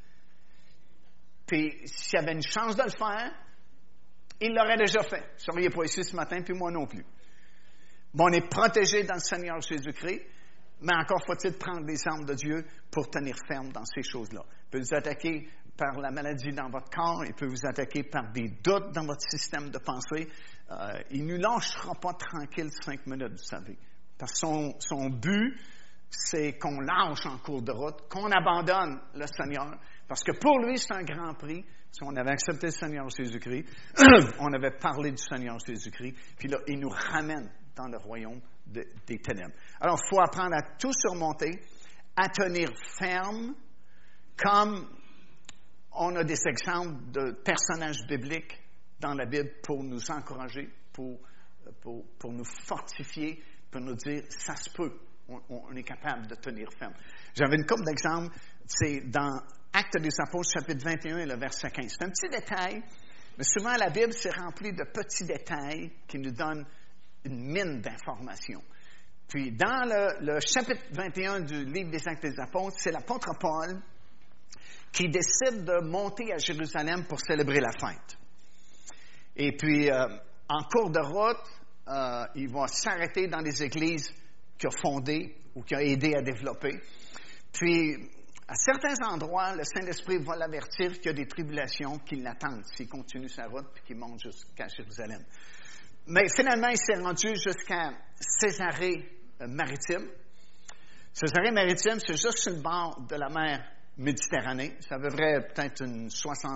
Puis, s'il y avait une chance de le faire, il l'aurait déjà fait. Vous ne seriez pas ici ce matin, puis moi non plus. Bon, on est protégé dans le Seigneur Jésus-Christ, mais encore faut-il prendre les armes de Dieu pour tenir ferme dans ces choses-là. Il peut vous attaquer par la maladie dans votre corps, il peut vous attaquer par des doutes dans votre système de pensée. Il ne nous lâchera pas tranquille 5 minutes, vous savez. Parce que son but, c'est qu'on lâche en cours de route, qu'on abandonne le Seigneur. Parce que pour lui, c'est un grand prix. Si on avait accepté le Seigneur Jésus-Christ, on avait parlé du Seigneur Jésus-Christ, puis là, il nous ramène dans le royaume des ténèbres. Alors, il faut apprendre à tout surmonter, à tenir ferme, comme on a des exemples de personnages bibliques dans la Bible pour nous encourager, pour nous fortifier, pour nous dire, ça se peut, on est capable de tenir ferme. J'avais une couple d'exemples, c'est dans Actes des Apôtres, chapitre 21, et le verset 15. C'est un petit détail, mais souvent la Bible, c'est rempli de petits détails qui nous donnent une mine d'informations. Puis, dans le chapitre 21 du livre des Actes des Apôtres, c'est l'apôtre Paul qui décide de monter à Jérusalem pour célébrer la fête. Et puis, en cours de route, il va s'arrêter dans les églises qu'il a fondées ou qu'il a aidé à développer. Puis, à certains endroits, le Saint-Esprit va l'avertir qu'il y a des tribulations qui l'attendent s'il continue sa route et qu'il monte jusqu'à Jérusalem. Mais finalement, il s'est rendu jusqu'à Césarée-Maritime. Césarée-Maritime, c'est juste sur le bord de la mer Méditerranée. Ça devrait peut-être une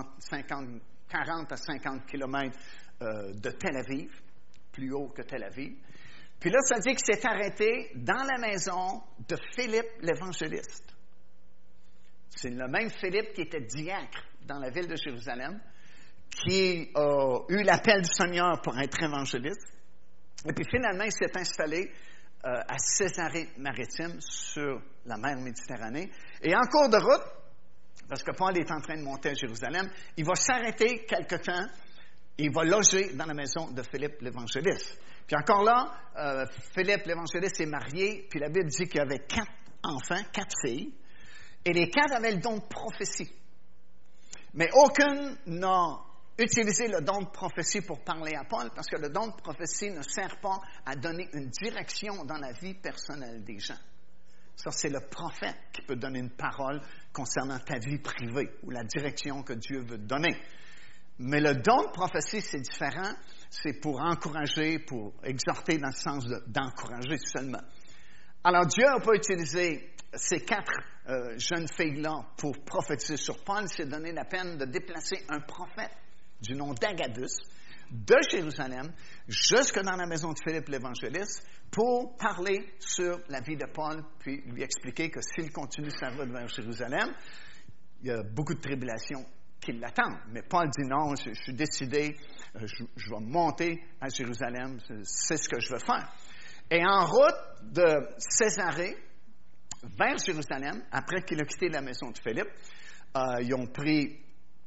40 à 50 kilomètres de Tel Aviv, plus haut que Tel Aviv. Puis là, ça dit qu'il s'est arrêté dans la maison de Philippe l'évangéliste. C'est le même Philippe qui était diacre dans la ville de Jérusalem, qui a eu l'appel du Seigneur pour être évangéliste. Et puis finalement, il s'est installé à Césarée-Maritime, sur la mer Méditerranée. Et en cours de route, parce que Paul est en train de monter à Jérusalem, il va s'arrêter quelque temps et il va loger dans la maison de Philippe l'évangéliste. Puis encore là, Philippe l'évangéliste est marié, puis la Bible dit qu'il avait 4 enfants, 4 filles, et les 4 avaient le don de prophétie. Mais aucune n'a utilisé le don de prophétie pour parler à Paul, parce que le don de prophétie ne sert pas à donner une direction dans la vie personnelle des gens. Ça, c'est le prophète qui peut donner une parole concernant ta vie privée ou la direction que Dieu veut te donner. Mais le don de prophétie, c'est différent. C'est pour encourager, pour exhorter dans le sens d'encourager seulement. Alors, Dieu n'a pas utilisé ces 4 jeunes filles-là pour prophétiser sur Paul. Il s'est donné la peine de déplacer un prophète du nom d'Agabus de Jérusalem jusque dans la maison de Philippe l'évangéliste pour parler sur la vie de Paul, puis lui expliquer que s'il continue sa route vers Jérusalem, il y a beaucoup de tribulations qui l'attendent. Mais Paul dit non, je suis décidé, je vais monter à Jérusalem, c'est ce que je veux faire. Et en route de Césarée vers Jérusalem, après qu'il a quitté la maison de Philippe, ils ont pris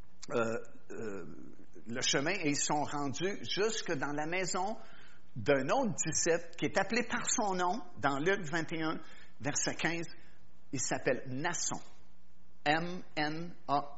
le chemin et ils sont rendus jusque dans la maison d'un autre disciple qui est appelé par son nom dans Luc 21, verset 15. Il s'appelle Mnason. M-N-A-S-O-N.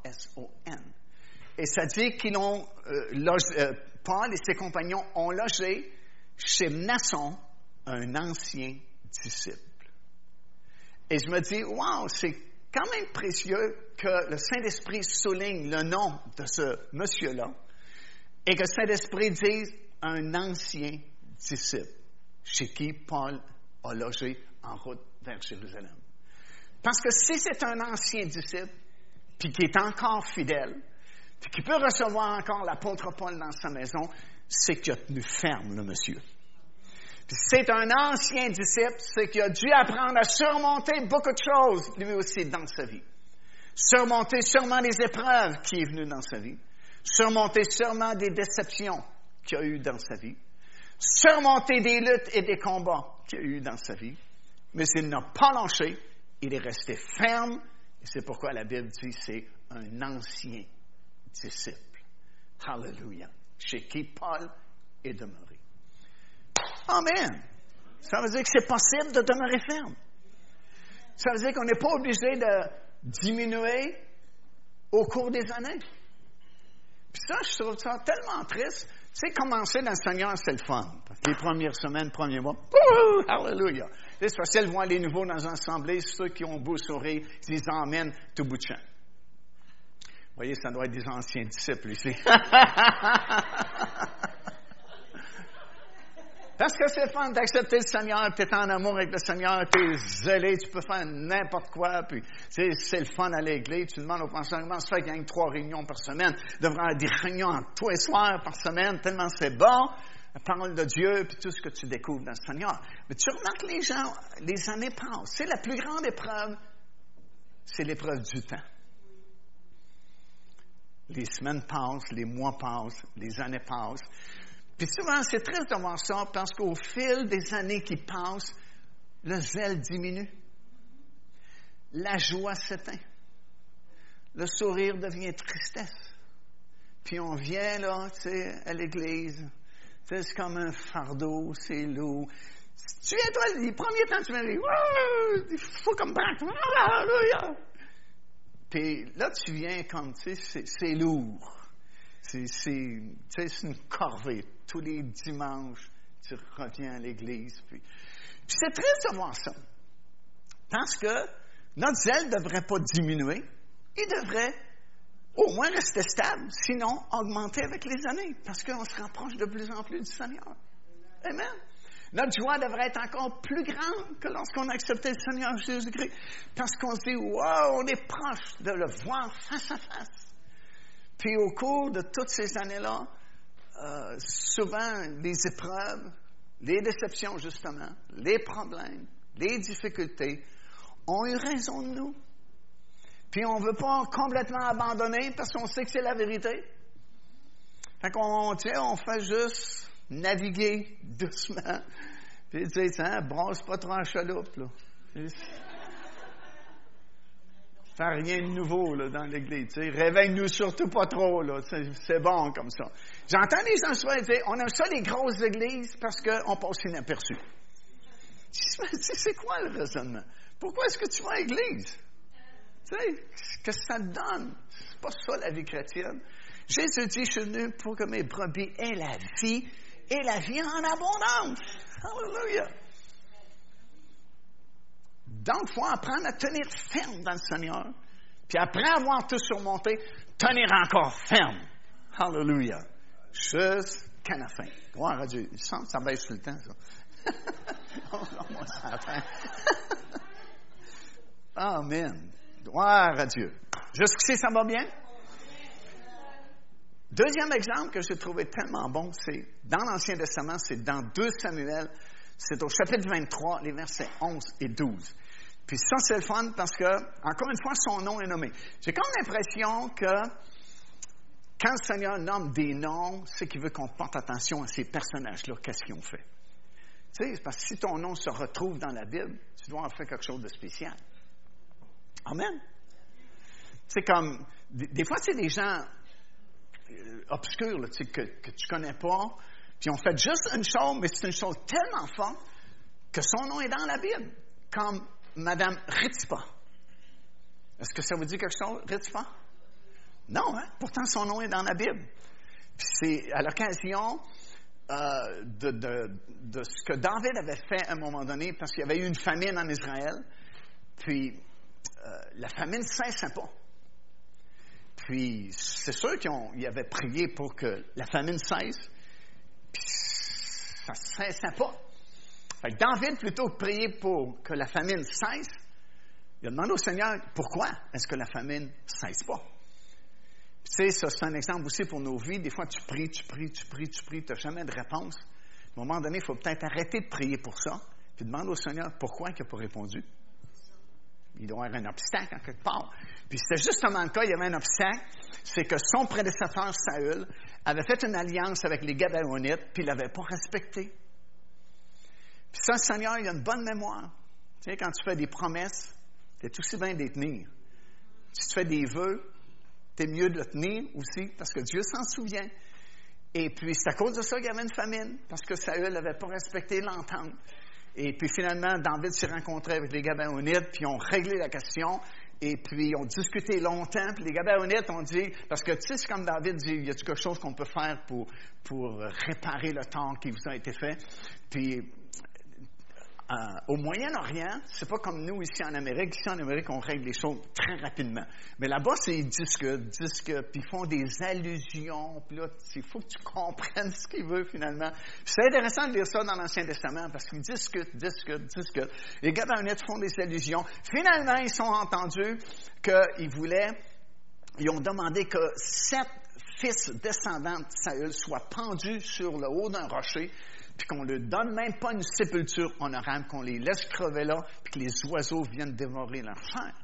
Et ça dit qu'ils ont Paul et ses compagnons ont logé chez Mnason, un ancien disciple. Et je me dis, wow, c'est quand même précieux que le Saint-Esprit souligne le nom de ce monsieur-là et que le Saint-Esprit dise un ancien disciple chez qui Paul a logé en route vers Jérusalem. Parce que si c'est un ancien disciple, puis qui est encore fidèle, puis qui peut recevoir encore l'apôtre Paul dans sa maison, c'est qu'il a tenu ferme, le monsieur. Puis c'est un ancien disciple, c'est qu'il a dû apprendre à surmonter beaucoup de choses, lui aussi, dans sa vie. Surmonter sûrement les épreuves qui est venues dans sa vie. Surmonter sûrement des déceptions qu'il a eues dans sa vie. Surmonter des luttes et des combats qu'il a eues dans sa vie. Mais il n'a pas lâché, il est resté ferme, et c'est pourquoi la Bible dit que c'est un ancien disciple. Hallelujah. Chez qui Paul est demeuré. Amen. Ça veut dire que c'est possible de demeurer ferme. Ça veut dire qu'on n'est pas obligé de diminuer au cours des années. Puis ça, je trouve ça tellement triste. Tu sais, commencer dans le Seigneur, c'est le fun. Les premières semaines, premiers mois, hallelujah. C'est facile de voir les nouveaux dans l'assemblée, ceux qui ont beau sourire, ils disent Amen tout bout de champ. Vous voyez, ça doit être des anciens disciples ici. Parce que c'est fun d'accepter le Seigneur, tu es en amour avec le Seigneur, tu es zélé, tu peux faire n'importe quoi, puis c'est le fun à l'église. Tu demandes au pasteur comment ça fait qu'il y a 3 réunions par semaine, devrait avoir des réunions tous les soirs par semaine, tellement c'est bon. la parole de Dieu, puis tout ce que tu découvres dans le Seigneur. Mais tu remarques les gens, les années passent. C'est la plus grande épreuve, c'est l'épreuve du temps. Les semaines passent, les mois passent, les années passent. Puis souvent, c'est triste de voir ça parce qu'au fil des années qui passent, le zèle diminue. La joie s'éteint. Le sourire devient tristesse. Puis on vient, là, tu sais, à l'église. Tu sais, c'est comme un fardeau, c'est lourd. Tu viens, toi, les premiers temps, tu viens dire, il faut comme braque. Puis là, tu viens comme, tu sais, c'est lourd. Tu sais, c'est une corvée. Tous les dimanches, tu reviens à l'église. Puis c'est triste de voir ça. Parce que notre zèle ne devrait pas diminuer. Il devrait au moins rester stable, sinon augmenter avec les années. Parce qu'on se rapproche de plus en plus du Seigneur. Amen. Notre joie devrait être encore plus grande que lorsqu'on a accepté le Seigneur Jésus-Christ. Parce qu'on se dit, wow, on est proche de le voir face à face. Puis au cours de toutes ces années-là, souvent les épreuves, les déceptions justement, les problèmes, les difficultés ont eu raison de nous. Puis on ne veut pas complètement abandonner parce qu'on sait que c'est la vérité. Fait qu'on, tu sais, on fait juste naviguer doucement. Puis tu sais, brasse pas trop en chaloupe, là. Fais rien de nouveau, là, dans l'Église, tu sais. Réveille-nous surtout pas trop, là. C'est bon comme ça. J'entends les gens souvent dire, on aime ça les grosses églises parce qu'on passe inaperçu. C'est quoi le raisonnement? Pourquoi est-ce que tu vas à l'église? Tu sais, qu'est-ce que ça te donne? C'est pas ça la vie chrétienne. Jésus dit, je suis venu pour que mes brebis aient la vie et la vie en abondance. Alléluia. Donc, il faut apprendre à tenir ferme dans le Seigneur. Puis après avoir tout surmonté, tenir encore ferme. Alléluia. Jusqu'à la fin. Gloire à Dieu. Il semble que ça baisse tout le temps, ça. Moi, ça a fin. Amen. Gloire à Dieu. Jusqu'ici, ça va bien? Deuxième exemple que j'ai trouvé tellement bon, c'est dans l'Ancien Testament, c'est dans 2 Samuel, c'est au chapitre 23, les versets 11 et 12. Puis ça, c'est le fun parce que, encore une fois, son nom est nommé. J'ai comme l'impression que quand le Seigneur nomme des noms, c'est qu'il veut qu'on porte attention à ces personnages-là, qu'est-ce qu'ils ont fait. Tu sais, parce que si ton nom se retrouve dans la Bible, tu dois en faire quelque chose de spécial. Amen. C'est comme, des fois, c'est des gens obscurs, là, tu sais, que tu connais pas, puis ont fait juste une chose, mais c'est une chose tellement forte que son nom est dans la Bible, comme Madame Ritzipa. Est-ce que ça vous dit quelque chose, Ritzipa? Non, hein? Pourtant son nom est dans la Bible. Puis c'est à l'occasion de ce que David avait fait à un moment donné, parce qu'il y avait eu une famine en Israël, puis la famine ne cessait pas. Puis, c'est sûr qu'ils avaient prié pour que la famine cesse, puis ça ne cessait pas. Fait que David, plutôt que de prier pour que la famine cesse, il a demandé au Seigneur, pourquoi est-ce que la famine ne cesse pas? Puis, tu sais, ça, c'est un exemple aussi pour nos vies. Des fois, tu pries, tu n'as jamais de réponse. À un moment donné, il faut peut-être arrêter de prier pour ça, puis demander au Seigneur, pourquoi il n'a pas répondu? Il doit y avoir un obstacle en quelque part. Puis c'était justement le cas, il y avait un obstacle, c'est que son prédécesseur Saül avait fait une alliance avec les Gabaonites, puis il ne l'avait pas respecté. Puis ça, le Seigneur, il a une bonne mémoire. Tu sais, quand tu fais des promesses, c'est aussi bien de les tenir. Si tu fais des vœux, c'est mieux de le tenir aussi, parce que Dieu s'en souvient. Et puis, c'est à cause de ça qu'il y avait une famine, parce que Saül n'avait pas respecté l'entente. Et puis finalement, David s'est rencontré avec les Gabaonites, puis ils ont réglé la question, et puis ils ont discuté longtemps, puis les Gabaonites ont dit, parce que tu sais, c'est comme David dit, y a-t-il quelque chose qu'on peut faire pour réparer le tort qui vous a été fait? Puis au Moyen-Orient, c'est pas comme nous ici en Amérique. Ici en Amérique, on règle les choses très rapidement. Mais là-bas, c'est ils discutent, puis ils font des allusions. Puis là, il faut que tu comprennes ce qu'ils veulent finalement. C'est intéressant de lire ça dans l'Ancien Testament parce qu'ils discutent. Les Gabaonites font des allusions. Finalement, ils sont entendus qu'ils ont demandé que 7 fils descendants de Saül soient pendus sur le haut d'un rocher, puis qu'on ne leur donne même pas une sépulture honorable, qu'on les laisse crever là, puis que les oiseaux viennent dévorer leur chair.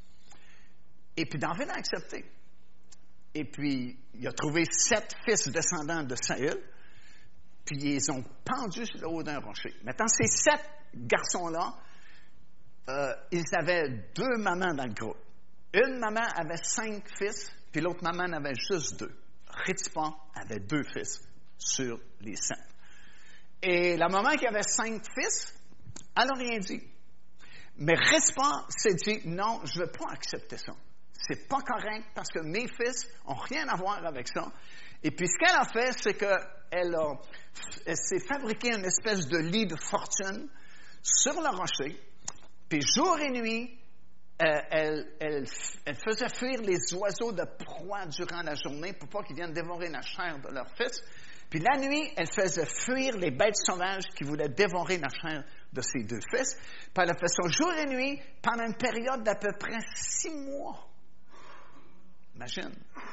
Et puis David a accepté. Et puis, il a trouvé 7 fils descendants de Saül, puis ils les ont pendus sur le haut d'un rocher. Maintenant, ces 7 garçons-là, ils avaient 2 mamans dans le groupe. Une maman avait 5 fils, puis l'autre maman en avait juste 2. Ritzipa avait 2 fils sur les 7. Et la maman qui avait 5 fils, elle n'a rien dit. Mais Ritzipa s'est dit, non, je ne veux pas accepter ça. C'est pas correct parce que mes fils n'ont rien à voir avec ça. Et puis, ce qu'elle a fait, c'est qu'elle s'est fabriqué une espèce de lit de fortune sur le rocher. Puis, jour et nuit, elle faisait fuir les oiseaux de proie durant la journée pour pas qu'ils viennent dévorer la chair de leur fils. Puis, la nuit, elle faisait fuir les bêtes sauvages qui voulaient dévorer la chair de ses 2 fils. Puis, elle a fait ça jour et nuit pendant une période d'à peu près 6 mois. Imagine.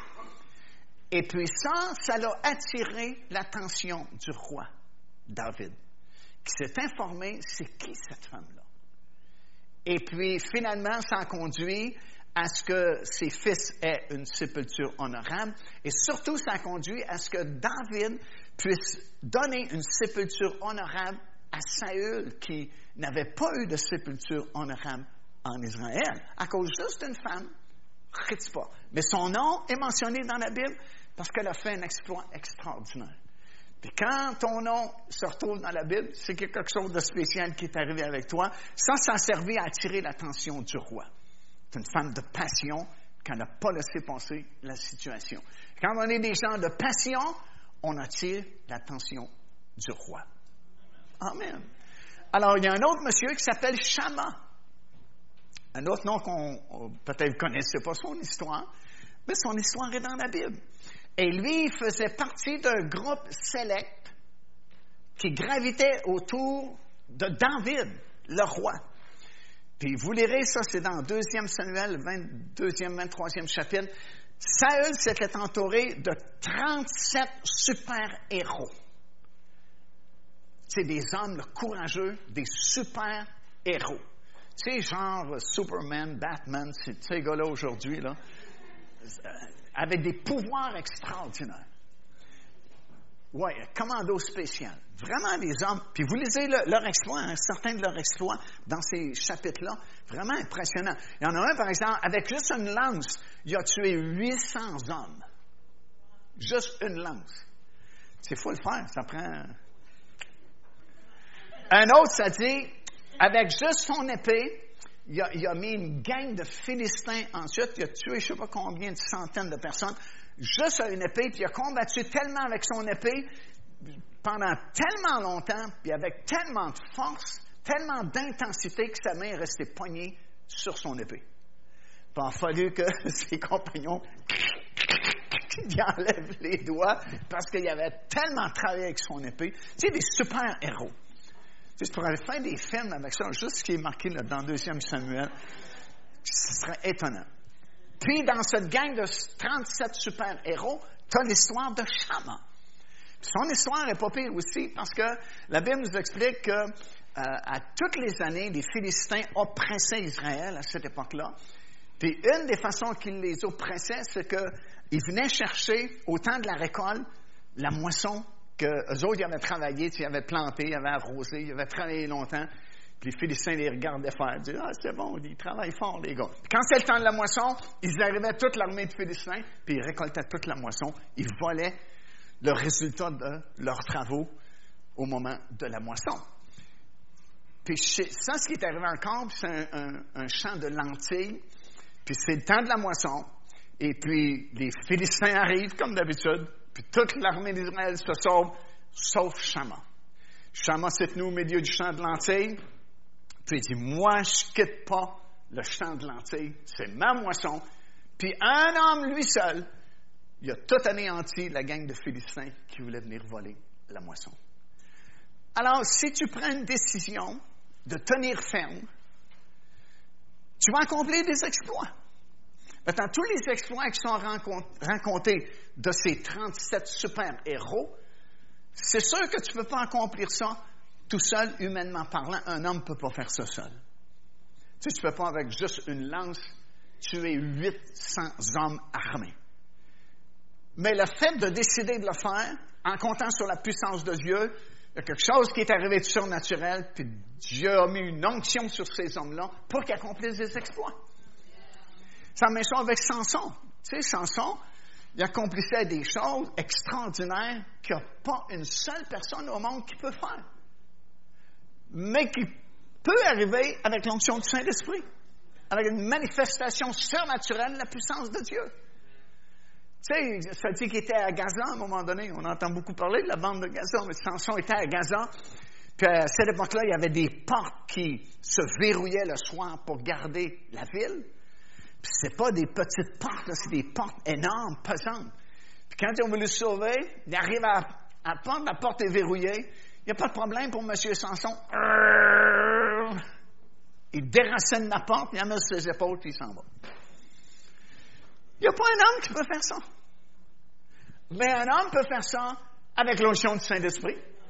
Et puis ça l'a attiré l'attention du roi David, qui s'est informé, c'est qui cette femme-là? Et puis finalement, ça a conduit à ce que ses fils aient une sépulture honorable, et surtout, ça a conduit à ce que David puisse donner une sépulture honorable à Saül, qui n'avait pas eu de sépulture honorable en Israël, à cause juste d'une femme, Ritzipa. Mais son nom est mentionné dans la Bible parce qu'elle a fait un exploit extraordinaire. Puis quand ton nom se retrouve dans la Bible, c'est qu'il y a quelque chose de spécial qui est arrivé avec toi. Ça a servi à attirer l'attention du roi. C'est une femme de passion qui n'a pas laissé passer la situation. Quand on est des gens de passion, on attire l'attention du roi. Amen. Alors, il y a un autre monsieur qui s'appelle Shamma. Un autre nom qu'on peut-être ne connaissait pas son histoire, mais son histoire est dans la Bible. Et lui, il faisait partie d'un groupe sélect qui gravitait autour de David, le roi. Puis vous lirez ça, c'est dans 2 Samuel, 22e, 23e chapitre. Saül s'était entouré de 37 super-héros. C'est des hommes courageux, des super-héros. Tu sais, genre Superman, Batman, c'est ces gars-là aujourd'hui, là, avec des pouvoirs extraordinaires. Oui, commando spécial. Vraiment des hommes. Puis vous lisez leur exploit, certains de leurs exploits dans ces chapitres-là, vraiment impressionnants. Il y en a un, par exemple, avec juste une lance, il a tué 800 hommes. Juste une lance. C'est fou le faire, ça prend... Un autre, ça dit... Avec juste son épée, il a mis une gang de Philistins ensuite. Il a tué je ne sais pas combien de centaines de personnes. Juste à une épée, puis il a combattu tellement avec son épée, pendant tellement longtemps, puis avec tellement de force, tellement d'intensité que sa main est restée poignée sur son épée. Puis il a fallu que ses compagnons lui enlèvent les doigts parce qu'il avait tellement travaillé avec son épée. Tu sais, des super-héros. Tu sais, je pourrais faire des films avec ça, juste ce qui est marqué là, dans 2 Samuel. Ce serait étonnant. Puis, dans cette gang de 37 super-héros, tu as l'histoire de Shamma. Son histoire est pas pire aussi, parce que la Bible nous explique que à toutes les années, les Philistins oppressaient Israël à cette époque-là. Puis, une des façons qu'ils les oppressaient, c'est qu'ils venaient chercher, au temps de la récolte, la moisson qu'eux autres, ils avaient travaillé, ils avaient planté, ils avaient arrosé, ils avaient travaillé longtemps. Puis les Philistins les regardaient faire, ils disaient « Ah, c'est bon, ils travaillent fort, les gars. » Quand c'est le temps de la moisson, ils arrivaient toute l'armée de Philistins, puis ils récoltaient toute la moisson. Ils volaient le résultat de leurs travaux au moment de la moisson. Puis ça, ce qui est arrivé encore, c'est un champ de lentilles, puis c'est le temps de la moisson, et puis les Philistins arrivent, comme d'habitude, puis toute l'armée d'Israël se sauve, sauf Shamma. Shamma s'est tenu au milieu du champ de lentilles, puis il dit, moi, je quitte pas le champ de lentilles, c'est ma moisson. Puis un homme, lui seul, il a tout anéanti la gang de Philistins qui voulaient venir voler la moisson. Alors, si tu prends une décision de tenir ferme, tu vas accomplir des exploits. Maintenant, tous les exploits qui sont racontés de ces 37 super-héros, c'est sûr que tu ne peux pas accomplir ça tout seul, humainement parlant. Un homme ne peut pas faire ça seul. Tu ne peux pas, avec juste une lance, tuer 800 hommes armés. Mais le fait de décider de le faire, en comptant sur la puissance de Dieu, il y a quelque chose qui est arrivé de surnaturel, puis Dieu a mis une onction sur ces hommes-là pour qu'ils accomplissent des exploits. Ça met ça avec Samson. Tu sais, Samson, il accomplissait des choses extraordinaires qu'il n'y a pas une seule personne au monde qui peut faire. Mais qui peut arriver avec l'onction du Saint-Esprit, avec une manifestation surnaturelle de la puissance de Dieu. Tu sais, ça dit qu'il était à Gaza à un moment donné. On entend beaucoup parler de la bande de Gaza, mais Samson était à Gaza. Puis à cette époque-là, il y avait des portes qui se verrouillaient le soir pour garder la ville. Puis c'est pas des petites portes, là, c'est des portes énormes, pesantes. Puis quand ils ont voulu le sauver, il arrive à la porte est verrouillée. Il n'y a pas de problème pour M. Samson. Il déracine la porte, il la met sur ses épaules, puis il s'en va. Il n'y a pas un homme qui peut faire ça. Mais un homme peut faire ça avec l'onction du Saint-Esprit.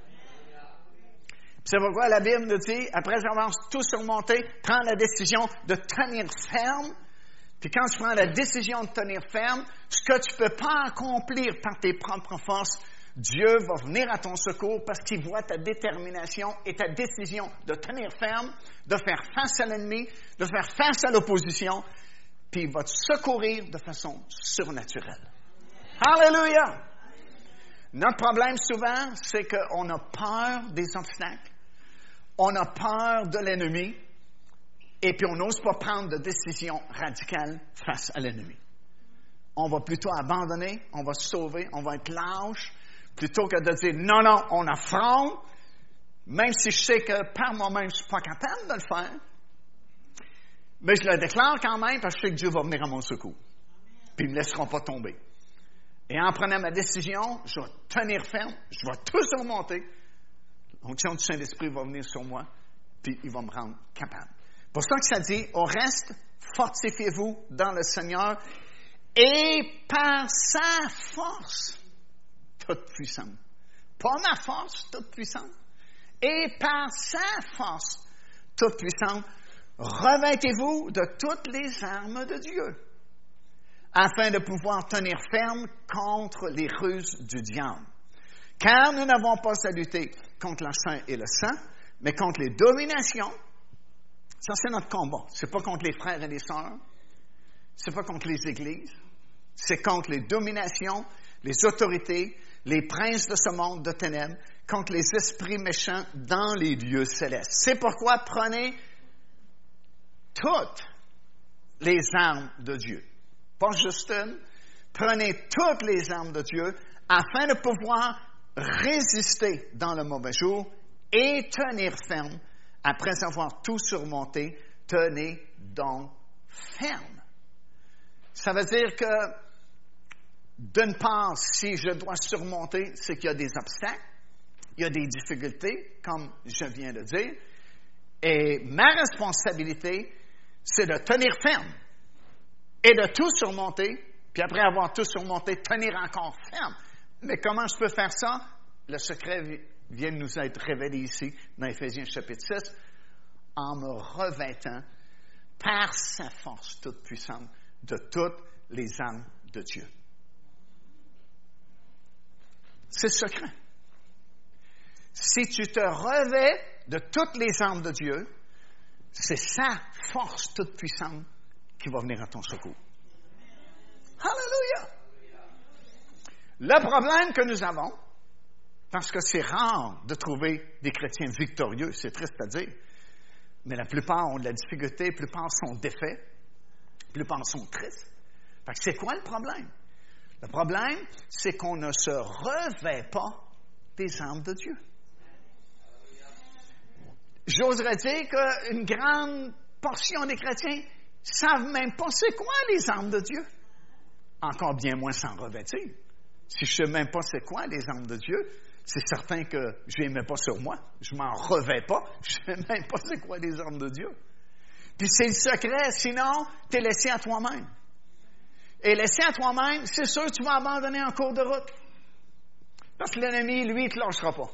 C'est pourquoi la Bible nous dit, après avoir tout surmonté, prends la décision de tenir ferme. Puis quand tu prends la décision de tenir ferme, ce que tu ne peux pas accomplir par tes propres forces, Dieu va venir à ton secours parce qu'il voit ta détermination et ta décision de tenir ferme, de faire face à l'ennemi, de faire face à l'opposition, puis il va te secourir de façon surnaturelle. Alléluia! Notre problème souvent, c'est qu'on a peur des obstacles, on a peur de l'ennemi, et puis on n'ose pas prendre de décision radicale face à l'ennemi. On va plutôt abandonner, on va se sauver, on va être lâche, plutôt que de dire non, non, on affronte, même si je sais que par moi-même, je ne suis pas capable de le faire, mais je le déclare quand même parce que je sais que Dieu va venir à mon secours. Puis ils ne me laisseront pas tomber. Et en prenant ma décision, je vais tenir ferme, je vais tout surmonter. L'onction du Saint-Esprit va venir sur moi, puis il va me rendre capable. Pour ça que ça dit, au reste, fortifiez-vous dans le Seigneur et par sa force toute puissante. Pas ma force toute puissante. Et par sa force toute puissante, revêtez-vous de toutes les armes de Dieu, afin de pouvoir tenir ferme contre les ruses du diable. Car nous n'avons pas à lutter contre la chair et le sang, mais contre les dominations. Ça, c'est notre combat. C'est pas contre les frères et les sœurs. C'est pas contre les églises. C'est contre les dominations, les autorités, les princes de ce monde de ténèbres, contre les esprits méchants dans les lieux célestes. C'est pourquoi prenez toutes les armes de Dieu. Pas juste une. Prenez toutes les armes de Dieu afin de pouvoir résister dans le mauvais jour et tenir ferme. Après avoir tout surmonté, tenez donc ferme. Ça veut dire que, d'une part, si je dois surmonter, c'est qu'il y a des obstacles, il y a des difficultés, comme je viens de dire, et ma responsabilité, c'est de tenir ferme et de tout surmonter, puis après avoir tout surmonté, tenir encore ferme. Mais comment je peux faire ça? Le secret vient de nous être révélé ici, dans Éphésiens chapitre 6, en me revêtant par sa force toute puissante de toutes les armes de Dieu. C'est le secret. Si tu te revêts de toutes les armes de Dieu, c'est sa force toute puissante qui va venir à ton secours. Alléluia! Le problème que nous avons, parce que c'est rare de trouver des chrétiens victorieux, c'est triste à dire, mais la plupart ont de la difficulté, la plupart sont défaits, la plupart sont tristes. Fait que c'est quoi le problème? Le problème, c'est qu'on ne se revêt pas des armes de Dieu. J'oserais dire qu'une grande portion des chrétiens ne savent même pas c'est quoi les armes de Dieu. Encore bien moins s'en revêtir. Si je ne sais même pas c'est quoi les armes de Dieu, c'est certain que je ne les mets pas sur moi. Je ne m'en revêts pas. Je ne sais même pas c'est quoi les armes de Dieu. Puis c'est le secret, sinon, tu es laissé à toi-même. et laissé à toi-même, c'est sûr que tu vas abandonner en cours de route. Parce que l'ennemi, lui, il ne te lâchera pas.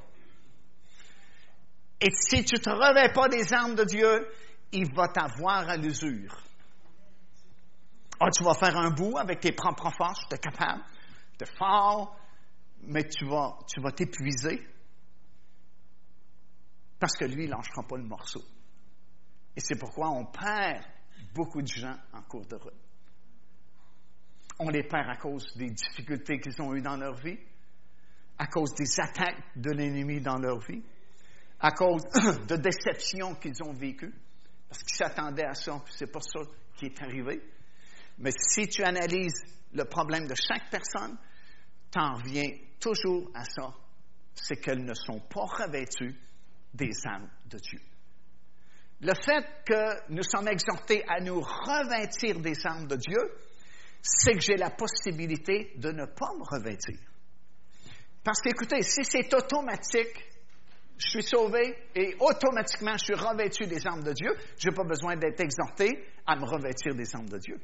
Et si tu ne te revêts pas des armes de Dieu, il va t'avoir à l'usure. Ah, tu vas faire un bout avec tes propres forces, tu es capable, tu es fort, mais tu vas t'épuiser. Parce que lui, il ne lâchera pas le morceau. Et c'est pourquoi on perd beaucoup de gens en cours de route. On les perd à cause des difficultés qu'ils ont eues dans leur vie, à cause des attaques de l'ennemi dans leur vie, à cause de déceptions qu'ils ont vécues, parce qu'ils s'attendaient à ça, puis c'est pas ça qui est arrivé. Mais si tu analyses le problème de chaque personne, tu en reviens toujours à ça, c'est qu'elles ne sont pas revêtues des armes de Dieu. Le fait que nous sommes exhortés à nous revêtir des armes de Dieu, c'est que j'ai la possibilité de ne pas me revêtir. Parce qu'écoutez, si c'est automatique, je suis sauvé et automatiquement je suis revêtu des armes de Dieu, je n'ai pas besoin d'être exhorté à me revêtir des armes de Dieu.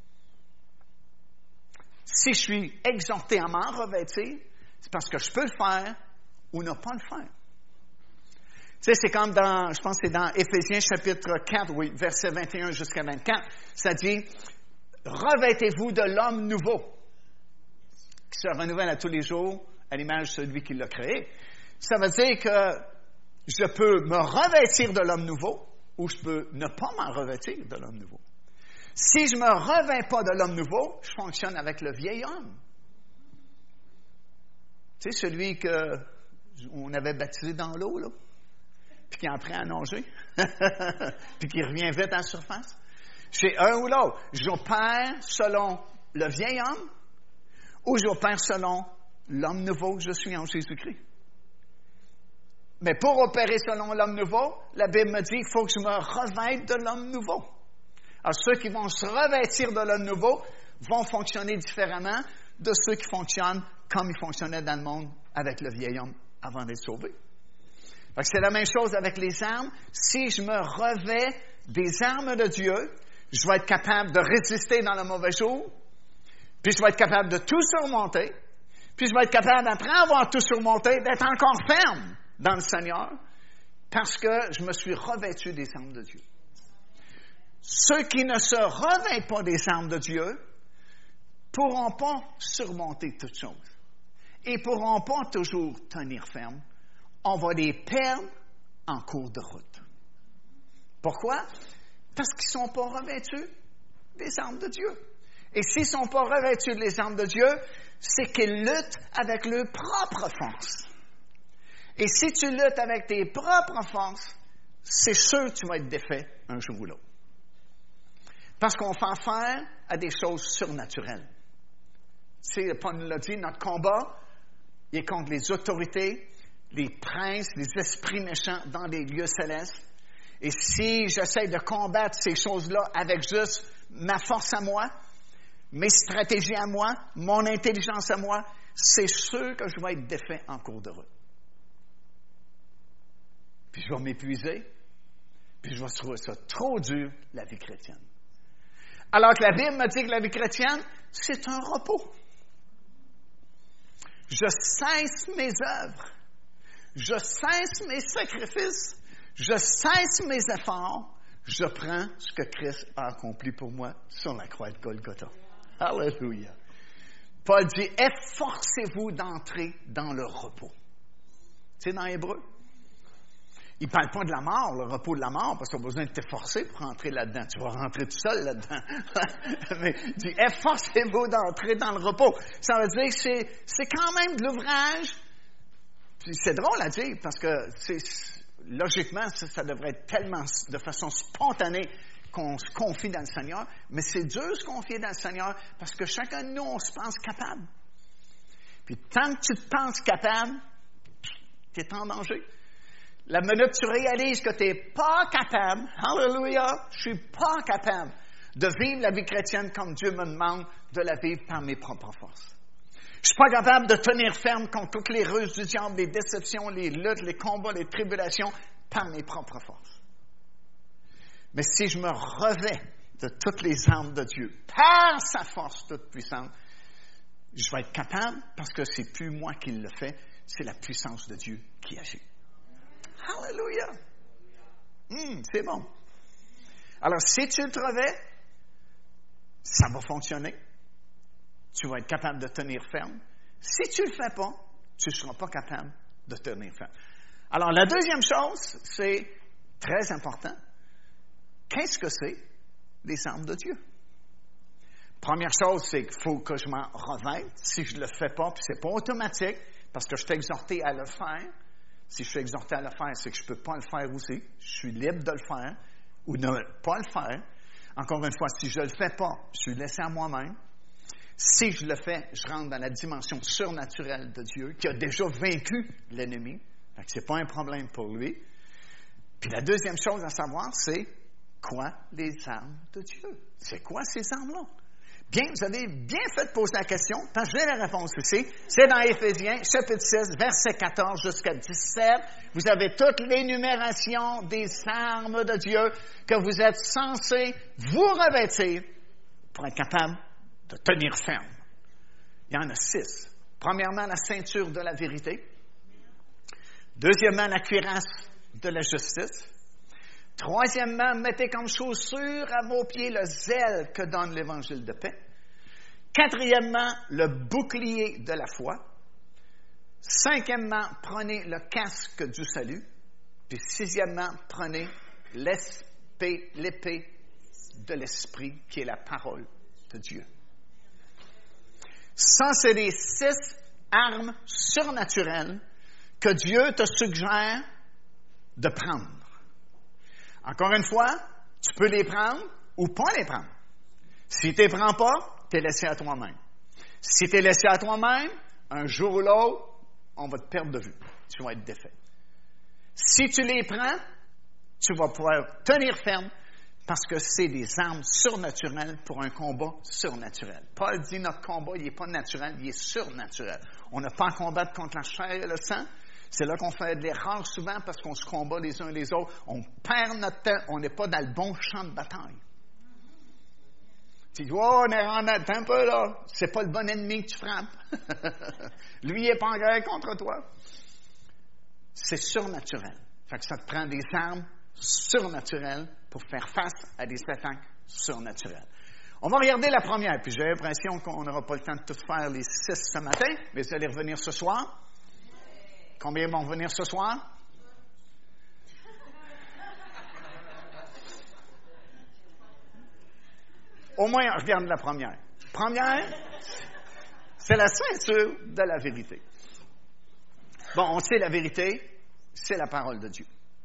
Si je suis exhorté à m'en revêtir, c'est parce que je peux le faire ou ne pas le faire. Tu sais, c'est comme je pense que c'est dans Éphésiens chapitre 4, oui, versets 21 jusqu'à 24, ça dit « Revêtez-vous de l'homme nouveau, qui se renouvelle à tous les jours à l'image de celui qui l'a créé. » Ça veut dire que je peux me revêtir de l'homme nouveau ou je peux ne pas m'en revêtir de l'homme nouveau. Si je ne me revêts pas de l'homme nouveau, je fonctionne avec le vieil homme. Tu sais, celui qu'on avait baptisé dans l'eau, là, puis qui est en train à nager, puis qui revient vite à la surface. Chez un ou l'autre, j'opère selon le vieil homme ou j'opère selon l'homme nouveau que je suis en Jésus-Christ. Mais pour opérer selon l'homme nouveau, la Bible me dit qu'il faut que je me revête de l'homme nouveau. Alors, ceux qui vont se revêtir de l'homme nouveau vont fonctionner différemment de ceux qui fonctionnent comme ils fonctionnaient dans le monde avec le vieil homme avant d'être sauvés. C'est la même chose avec les armes. Si je me revêts des armes de Dieu, je vais être capable de résister dans le mauvais jour, puis je vais être capable de tout surmonter, puis je vais être capable, après avoir tout surmonté, d'être encore ferme dans le Seigneur, parce que je me suis revêtu des armes de Dieu. Ceux qui ne se revêtent pas des armes de Dieu ne pourront pas surmonter toutes choses et ne pourront pas toujours tenir ferme. On va les perdre en cours de route. Pourquoi? Parce qu'ils ne sont pas revêtus des armes de Dieu. Et s'ils ne sont pas revêtus des armes de Dieu, c'est qu'ils luttent avec leurs propres forces. Et si tu luttes avec tes propres forces, c'est sûr que tu vas être défait un jour ou l'autre. Parce qu'on fait affaire à des choses surnaturelles. Tu sais, Paul nous l'a dit, notre combat, il est contre les autorités, les princes, les esprits méchants dans les lieux célestes. Et si j'essaie de combattre ces choses-là avec juste ma force à moi, mes stratégies à moi, mon intelligence à moi, c'est sûr que je vais être défait en cours de route. Puis je vais m'épuiser, puis je vais trouver ça trop dur, la vie chrétienne. Alors que la Bible me dit que la vie chrétienne, c'est un repos. Je cesse mes œuvres, je cesse mes sacrifices, je cesse mes efforts, je prends ce que Christ a accompli pour moi sur la croix de Golgotha. Alléluia. Paul dit, efforcez-vous d'entrer dans le repos. Tu sais, dans Hébreu, il ne parle pas de la mort, le repos de la mort, parce qu'on a besoin de t'efforcer pour rentrer là-dedans. Tu vas rentrer tout seul là-dedans. Mais il dit, efforcez-vous d'entrer dans le repos. Ça veut dire que c'est quand même de l'ouvrage. Puis c'est drôle à dire, parce que logiquement, ça devrait être tellement de façon spontanée qu'on se confie dans le Seigneur. Mais c'est dur de se confier dans le Seigneur, parce que chacun de nous, on se pense capable. Puis tant que tu te penses capable, tu es en danger. La minute que tu réalises que tu n'es pas capable, alléluia, je ne suis pas capable de vivre la vie chrétienne comme Dieu me demande de la vivre par mes propres forces. Je ne suis pas capable de tenir ferme contre toutes les ruses du diable, les déceptions, les luttes, les combats, les tribulations, par mes propres forces. Mais si je me revais de toutes les armes de Dieu, par sa force toute puissante, je vais être capable parce que c'est plus moi qui le fais, c'est la puissance de Dieu qui agit. Alléluia! C'est bon. Alors, si tu te revais, ça va fonctionner. Tu vas être capable de tenir ferme. Si tu ne le fais pas, tu ne seras pas capable de tenir ferme. Alors, la deuxième chose, c'est très important. Qu'est-ce que c'est les armes de Dieu? Première chose, c'est qu'il faut que je m'en revête. Si je ne le fais pas, puis ce n'est pas automatique, parce que je suis exhorté à le faire. Si je suis exhorté à le faire, c'est que je ne peux pas le faire aussi. Je suis libre de le faire ou de ne pas le faire. Encore une fois, si je ne le fais pas, je suis laissé à moi-même. Si je le fais, je rentre dans la dimension surnaturelle de Dieu, qui a déjà vaincu l'ennemi. Fait que ce n'est pas un problème pour lui. Puis la deuxième chose à savoir, c'est quoi les armes de Dieu? C'est quoi ces armes-là? Bien, vous avez bien fait de poser la question, parce que j'ai la réponse ici. C'est dans Éphésiens, chapitre 6, verset 14 jusqu'à 17. Vous avez toute l'énumération des armes de Dieu que vous êtes censés vous revêtir pour être capable de tenir ferme. Il y en a 6. Premièrement, la ceinture de la vérité. Deuxièmement, la cuirasse de la justice. Troisièmement, mettez comme chaussure à vos pieds le zèle que donne l'Évangile de paix. Quatrièmement, le bouclier de la foi. Cinquièmement, prenez le casque du salut. Puis sixièmement, prenez l'épée de l'Esprit, qui est la parole de Dieu. Ça, c'est les 6 armes surnaturelles que Dieu te suggère de prendre. Encore une fois, tu peux les prendre ou pas les prendre. Si tu ne les prends pas, tu es laissé à toi-même. Si tu es laissé à toi-même, un jour ou l'autre, on va te perdre de vue. Tu vas être défait. Si tu les prends, tu vas pouvoir tenir ferme parce que c'est des armes surnaturelles pour un combat surnaturel. Paul dit notre combat, il n'est pas naturel, il est surnaturel. On n'a pas à combattre contre la chair et le sang. C'est là qu'on fait de l'erreur souvent parce qu'on se combat les uns les autres. On perd notre temps. On n'est pas dans le bon champ de bataille. Tu dis, oh, on est rendu un peu là. C'est pas le bon ennemi que tu frappes. Lui, il n'est pas en guerre contre toi. C'est surnaturel. Fait que ça te prend des armes surnaturelles pour faire face à des attaques surnaturelles. On va regarder la première. Puis j'ai l'impression qu'on n'aura pas le temps de tout faire les 6 ce matin, mais vous allez revenir ce soir. Combien vont venir ce soir? Au moins, on regarde la première. Première, c'est la ceinture de la vérité. Bon, on sait la vérité, c'est la parole de Dieu.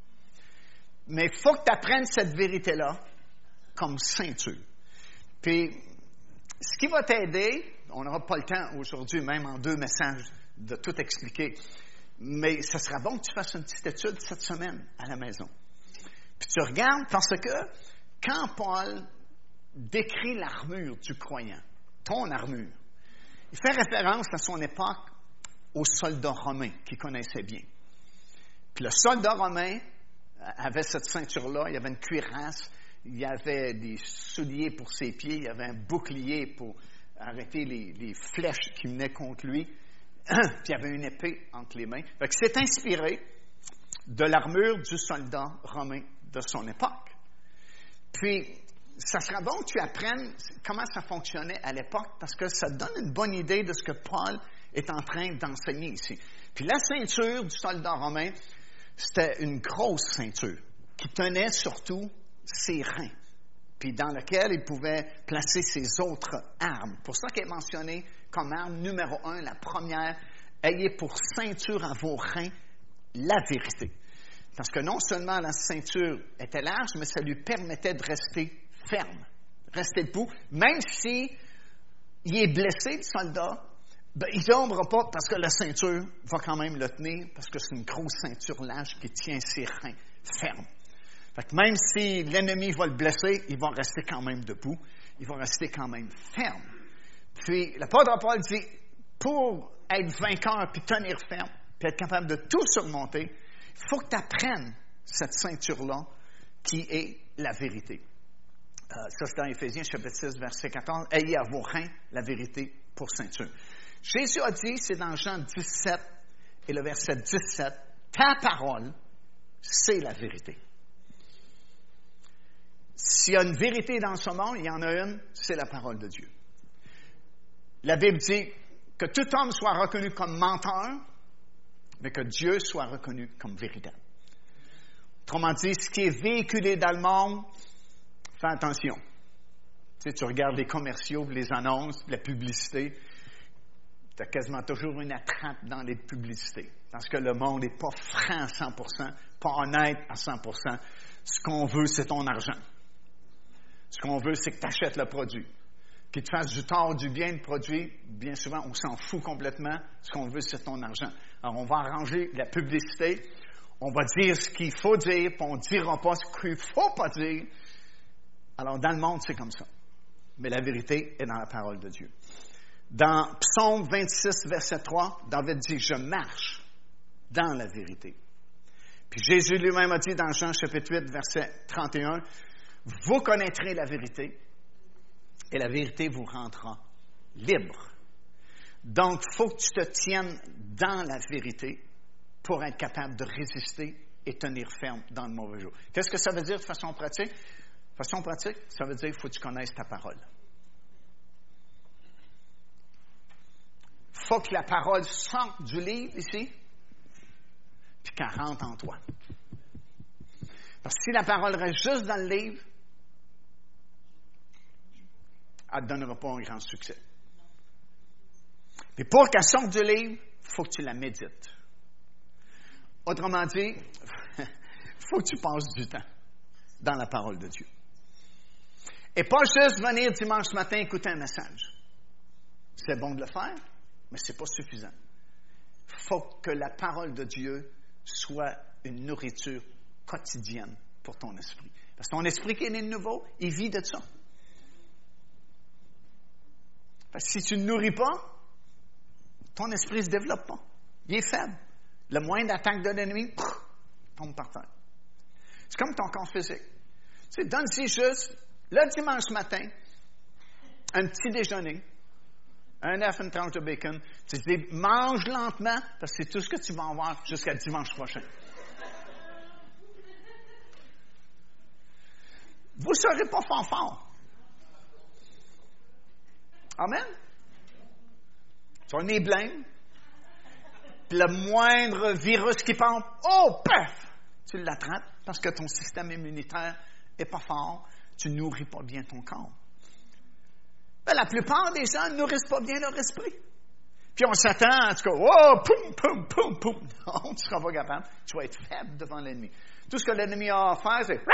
Mais il faut que tu apprennes cette vérité-là comme ceinture. Puis, ce qui va t'aider, on n'aura pas le temps aujourd'hui, même en 2 messages, de tout expliquer. Mais ce sera bon que tu fasses une petite étude cette semaine à la maison. Puis tu regardes parce que quand Paul décrit l'armure du croyant, ton armure, il fait référence à son époque aux soldats romains qu'il connaissait bien. Puis le soldat romain avait cette ceinture-là, il y avait une cuirasse, il y avait des souliers pour ses pieds, il y avait un bouclier pour arrêter les flèches qui venaient contre lui. Puis il y avait une épée entre les mains. Fait que c'est inspiré de l'armure du soldat romain de son époque. Puis, ça sera bon que tu apprennes comment ça fonctionnait à l'époque parce que ça te donne une bonne idée de ce que Paul est en train d'enseigner ici. Puis la ceinture du soldat romain, c'était une grosse ceinture qui tenait surtout ses reins, puis dans laquelle il pouvait placer ses autres armes. Pour ça qu'elle est mentionnée comme arme numéro 1, la première, ayez pour ceinture à vos reins la vérité. Parce que non seulement la ceinture était large, mais ça lui permettait de rester ferme, rester debout, même si il est blessé, le soldat, ben, il ne tombera pas parce que la ceinture va quand même le tenir, parce que c'est une grosse ceinture large qui tient ses reins fermes. Fait que même si l'ennemi va le blesser, il va rester quand même debout, il va rester quand même ferme. Puis l'apôtre Paul dit, pour être vainqueur puis tenir ferme, puis être capable de tout surmonter, il faut que tu apprennes cette ceinture-là qui est la vérité. Ça, c'est dans Éphésiens, chapitre 6, verset 14. « Ayez à vos reins la vérité pour ceinture. » Jésus a dit, c'est dans Jean 17 et le verset 17, « Ta parole, c'est la vérité. » S'il y a une vérité dans ce monde, il y en a une, c'est la parole de Dieu. La Bible dit que tout homme soit reconnu comme menteur, mais que Dieu soit reconnu comme véritable. Autrement dit, ce qui est véhiculé dans le monde, fais attention. Tu sais, tu regardes les commerciaux, les annonces, la publicité, tu as quasiment toujours une attrape dans les publicités. Parce que le monde n'est pas franc à 100%, pas honnête à 100%. Ce qu'on veut, c'est ton argent. Ce qu'on veut, c'est que tu achètes le produit. Qu'il te fasse du tort, du bien, le produit, bien souvent, on s'en fout complètement. Ce qu'on veut, c'est ton argent. Alors, on va arranger la publicité. On va dire ce qu'il faut dire, puis on ne dira pas ce qu'il ne faut pas dire. Alors, dans le monde, c'est comme ça. Mais la vérité est dans la parole de Dieu. Dans Psaume 26, verset 3, David dit « Je marche dans la vérité. » Puis Jésus lui-même a dit dans Jean chapitre 8, verset 31, « Vous connaîtrez la vérité, et la vérité vous rendra libre. » Donc, il faut que tu te tiennes dans la vérité pour être capable de résister et tenir ferme dans le mauvais jour. Qu'est-ce que ça veut dire de façon pratique? De façon pratique, ça veut dire qu'il faut que tu connaisses ta parole. Il faut que la parole sorte du livre ici, puis qu'elle rentre en toi. Parce que si la parole reste juste dans le livre, elle ne te donnera pas un grand succès. Puis pour qu'elle sorte du livre, il faut que tu la médites. Autrement dit, il faut que tu passes du temps dans la parole de Dieu. Et pas juste venir dimanche matin écouter un message. C'est bon de le faire, mais ce n'est pas suffisant. Il faut que la parole de Dieu soit une nourriture quotidienne pour ton esprit. Parce que ton esprit qui est né de nouveau, il vit de ça. Parce que si tu ne nourris pas, ton esprit ne se développe pas. Il est faible. Le moindre attaque de l'ennemi, tombe par terre. C'est comme ton corps physique. Tu sais, donne-y juste, le dimanche matin, un petit déjeuner, un œuf, une tranche de bacon. Tu dis, mange lentement, parce que c'est tout ce que tu vas avoir jusqu'à dimanche prochain. Vous ne serez pas fort. Amen? Tu as un nez blême, puis le moindre virus qui part, oh, paf! Tu l'attrapes parce que ton système immunitaire n'est pas fort, tu ne nourris pas bien ton corps. Ben, la plupart des gens ne nourrissent pas bien leur esprit. Puis on s'attend, en tout cas, oh, poum, poum, poum, poum. Non, tu ne seras pas capable. Tu vas être faible devant l'ennemi. Tout ce que l'ennemi a à faire, c'est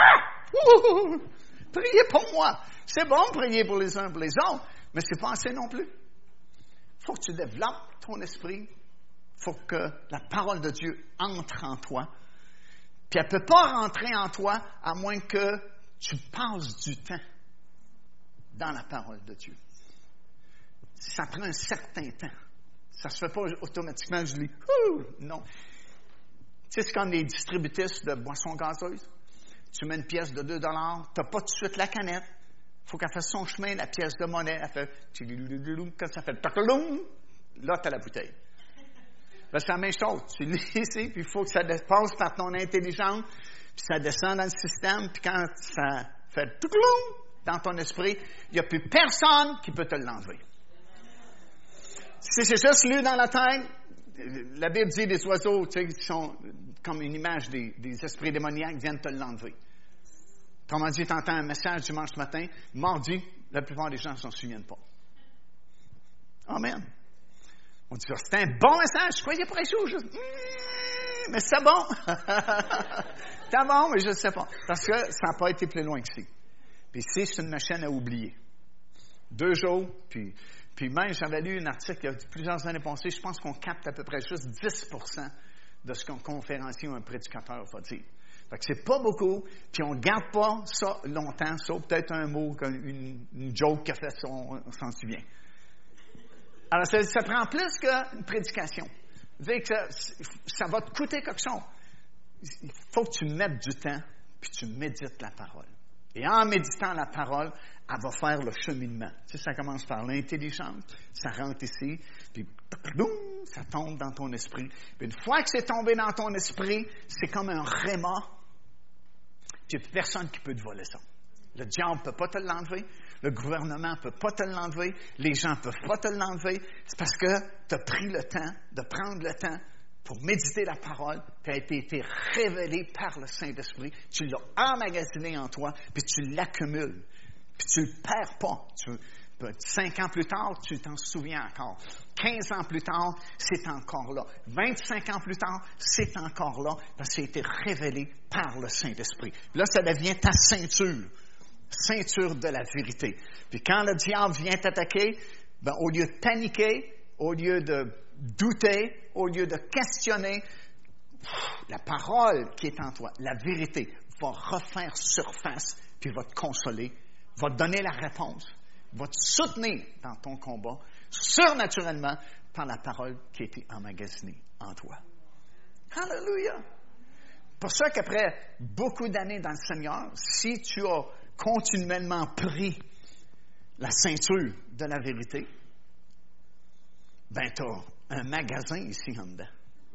priez pour moi. C'est bon de prier pour les uns et pour les autres, mais ce n'est pas assez non plus. Il faut que tu développes ton esprit. Il faut que la parole de Dieu entre en toi. Puis elle ne peut pas rentrer en toi à moins que tu passes du temps dans la parole de Dieu. Ça prend un certain temps. Ça ne se fait pas automatiquement, je lis. Non. Tu sais, c'est comme les distributrices de boissons gazeuses. Tu mets une pièce de 2 $, tu n'as pas tout de suite la canette. Il faut qu'elle fasse son chemin, la pièce de monnaie. Elle fait... Quand ça fait... Là, tu as la bouteille. Ben, c'est la même chose. Tu lis ici, puis il faut que ça passe par ton intelligence, puis ça descend dans le système, puis quand ça fait dans ton esprit, il n'y a plus personne qui peut te l'enlever. Si c'est juste lu dans la tête, la Bible dit des oiseaux, tu sais, qui sont comme une image des esprits démoniaques viennent te l'enlever. Autrement dit, tu entends un message dimanche matin, mardi, la plupart des gens ne s'en souviennent pas. Amen. On dit, c'est un bon message, je croyais pas chaud, mais c'est bon. C'est bon, mais je ne sais pas. Parce que ça n'a pas été plus loin que ça. Puis ici, c'est une machine à oublier. 2 jours, puis même, j'avais lu un article il y a plusieurs années passées, je pense qu'on capte à peu près juste 10% de ce qu'un conférencier ou un prédicateur va dire. Fait que c'est pas beaucoup, puis on ne garde pas ça longtemps, sauf peut-être un mot, une joke qu'a fait, on s'en souvient. Alors, ça prend plus qu'une prédication. Dire que ça va te coûter quelque chose. Il faut que tu mettes du temps, puis tu médites la parole. Et en méditant la parole, elle va faire le cheminement. Tu sais, ça commence par l'intelligence, ça rentre ici, puis boum, ça tombe dans ton esprit. Puis une fois que c'est tombé dans ton esprit, c'est comme un réma. Il n'y a personne qui peut te voler ça. Le diable ne peut pas te l'enlever. Le gouvernement ne peut pas te l'enlever. Les gens ne peuvent pas te l'enlever. C'est parce que tu as pris le temps de prendre le temps pour méditer la parole. Tu as été révélé par le Saint-Esprit. Tu l'as emmagasiné en toi, puis tu l'accumules. Puis tu ne le perds pas. 5 ans plus tard, tu t'en souviens encore. 15 ans plus tard, c'est encore là. 25 ans plus tard, c'est encore là, parce que ça a été révélé par le Saint-Esprit. Là, ça devient ta ceinture. Ceinture de la vérité. Puis quand le diable vient t'attaquer, au lieu de paniquer, au lieu de douter, au lieu de questionner, la parole qui est en toi, la vérité, va refaire surface, puis va te consoler, va te donner la réponse, va te soutenir dans ton combat, surnaturellement, par la parole qui a été emmagasinée en toi. Alléluia! Pour ça qu'après beaucoup d'années dans le Seigneur, si tu as continuellement pris la ceinture de la vérité, tu as un magasin ici en dedans.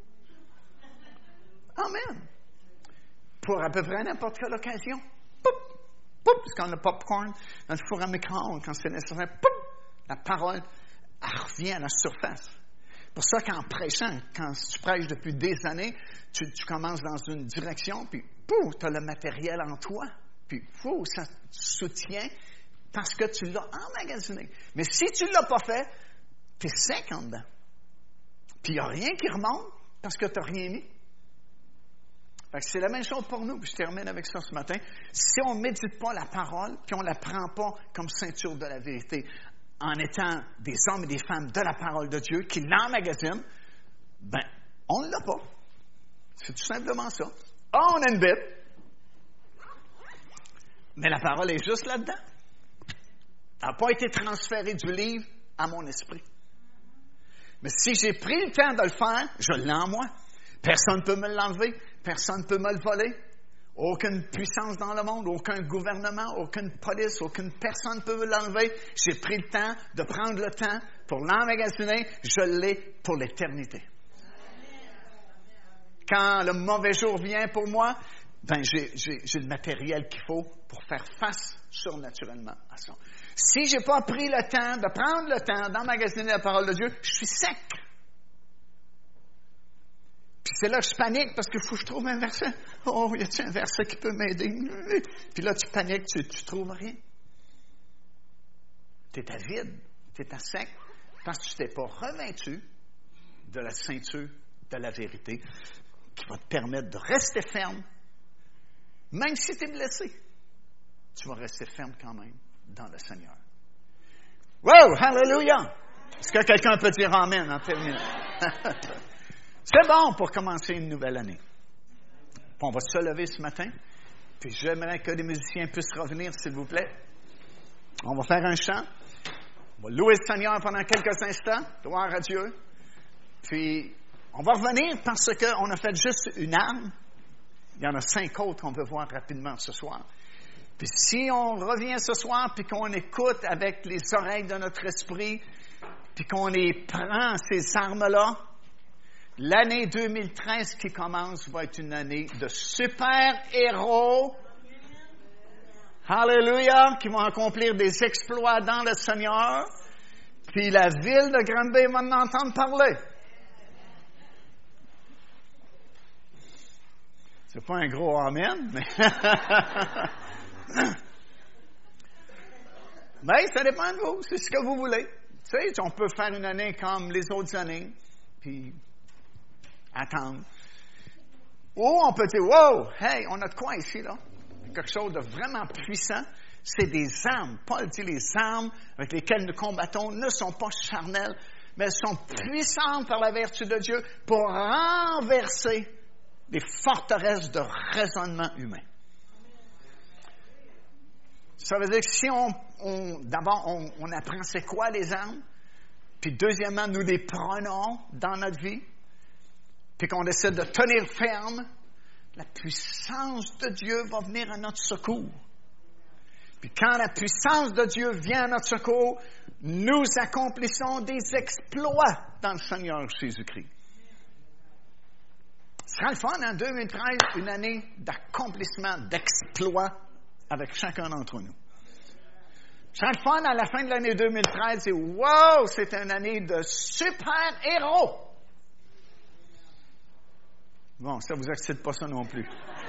Amen. Pour à peu près n'importe quelle occasion. Poup, poup, c'est quand le popcorn dans le four à micro-ondes, quand c'est nécessaire, poup, la parole, elle revient à la surface. Pour ça qu'en prêchant, quand tu prêches depuis des années, tu commences dans une direction, puis pouf, tu as le matériel en toi. Puis, ça te soutient parce que tu l'as emmagasiné. Mais si tu ne l'as pas fait, tu es sec en dedans. Puis, il n'y a rien qui remonte parce que tu n'as rien mis. Fait que c'est la même chose pour nous. Puis je termine avec ça ce matin. Si on ne médite pas la parole, puis on ne la prend pas comme ceinture de la vérité, en étant des hommes et des femmes de la parole de Dieu qui l'emmagasinent, on ne l'a pas. C'est tout simplement ça. On a une Bible. Mais la parole est juste là-dedans. Elle n'a pas été transférée du livre à mon esprit. Mais si j'ai pris le temps de le faire, je l'ai en moi. Personne ne peut me l'enlever. Personne ne peut me le voler. Aucune puissance dans le monde, aucun gouvernement, aucune police, aucune personne ne peut me l'enlever. J'ai pris le temps de prendre le temps pour l'emmagasiner. Je l'ai pour l'éternité. Quand le mauvais jour vient pour moi, j'ai le matériel qu'il faut pour faire face surnaturellement à ça. Si je n'ai pas pris le temps de prendre le temps d'emmagasiner la parole de Dieu, je suis sec. Puis c'est là que je panique parce qu'il faut que je trouve un verset. Oh, y a-t-il un verset qui peut m'aider? Puis là, tu paniques, tu trouves rien. Tu es à vide, tu es à sec parce que tu t'es pas revêtu de la ceinture de la vérité qui va te permettre de rester ferme. Même si tu es blessé, tu vas rester ferme quand même dans le Seigneur. Wow! Hallelujah! Est-ce que quelqu'un peut dire Amen en terminant? C'est bon pour commencer une nouvelle année. On va se lever ce matin, puis j'aimerais que les musiciens puissent revenir, s'il vous plaît. On va faire un chant. On va louer le Seigneur pendant quelques instants. Gloire à Dieu. Puis, on va revenir parce qu'on a fait juste une arme. Il y en a 5 autres qu'on veut voir rapidement ce soir. Puis si on revient ce soir, puis qu'on écoute avec les oreilles de notre esprit, puis qu'on les prend, ces armes-là, l'année 2013 qui commence va être une année de super-héros. Alléluia, qui vont accomplir des exploits dans le Seigneur. Puis la ville de Granby va en entendre parler. C'est pas un gros amen, mais... ça dépend de vous. C'est ce que vous voulez. Tu sais, on peut faire une année comme les autres années, puis attendre. Ou on peut dire, wow, hey, on a de quoi ici, là? Quelque chose de vraiment puissant. C'est des armes. Paul dit, les armes avec lesquelles nous combattons ne sont pas charnelles, mais elles sont puissantes par la vertu de Dieu pour renverser les forteresses de raisonnement humain. Ça veut dire que si d'abord, on apprend c'est quoi les armes, puis deuxièmement, nous les prenons dans notre vie, puis qu'on décide de tenir ferme, la puissance de Dieu va venir à notre secours. Puis quand la puissance de Dieu vient à notre secours, nous accomplissons des exploits dans le Seigneur Jésus-Christ. Ce sera le fun en 2013, une année d'accomplissement, d'exploits avec chacun d'entre nous. Ce sera le fun à la fin de l'année 2013 et wow, c'est une année de super-héros. Bon, ça vous excite pas ça non plus.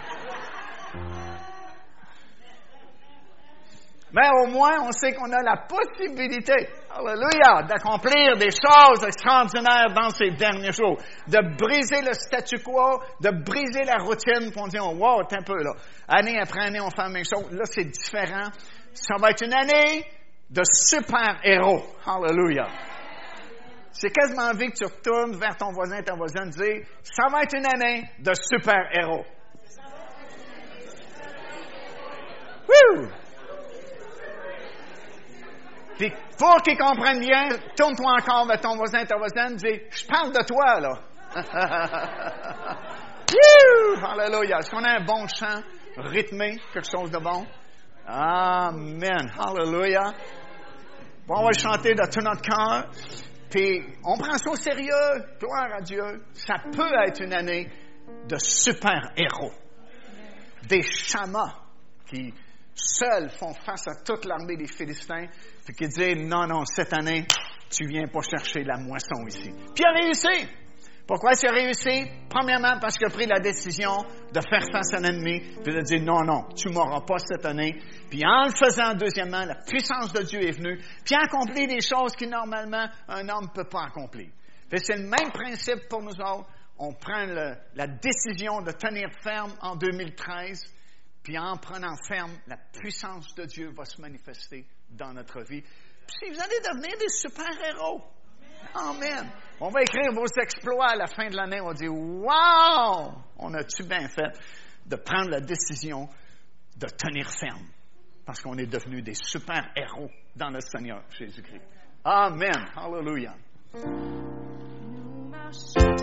Mais au moins, on sait qu'on a la possibilité, alléluia, d'accomplir des choses extraordinaires dans ces derniers jours, de briser le statu quo, de briser la routine, pour dire, oh, wow, t'es un peu là. Année après année, on fait la même chose. Là, c'est différent. Ça va être une année de super-héros. Alléluia. C'est quasiment envie que tu retournes vers ton voisin et ta voisine et dire, ça va être une année de super-héros. Wouh! Puis, pour qu'ils comprennent bien, tourne-toi encore vers ton voisin et ta voisine, dis, je parle de toi, là. Alléluia. Est-ce qu'on a un bon chant rythmé, quelque chose de bon? Amen. Alléluia. Bon, on va le chanter de tout notre cœur. Puis, on prend ça au sérieux. Gloire à Dieu. Ça peut être une année de super-héros. Des chamas qui seuls font face à toute l'armée des Philistins, puis qui disent, non, cette année, tu viens pas chercher la moisson ici. Puis il a réussi. Pourquoi il a réussi? Premièrement, parce qu'il a pris la décision de faire face à l'ennemi, puis de dire, non, tu m'auras pas cette année. Puis en le faisant, deuxièmement, la puissance de Dieu est venue, puis a accompli des choses que normalement, un homme ne peut pas accomplir. Puis c'est le même principe pour nous autres. On prend la décision de tenir ferme en 2013, puis en prenant ferme, la puissance de Dieu va se manifester dans notre vie. Puis vous allez devenir des super-héros. Amen. On va écrire vos exploits à la fin de l'année. On va dire, wow! On a-tu bien fait de prendre la décision de tenir ferme. Parce qu'on est devenus des super-héros dans le Seigneur Jésus-Christ. Amen. Hallelujah.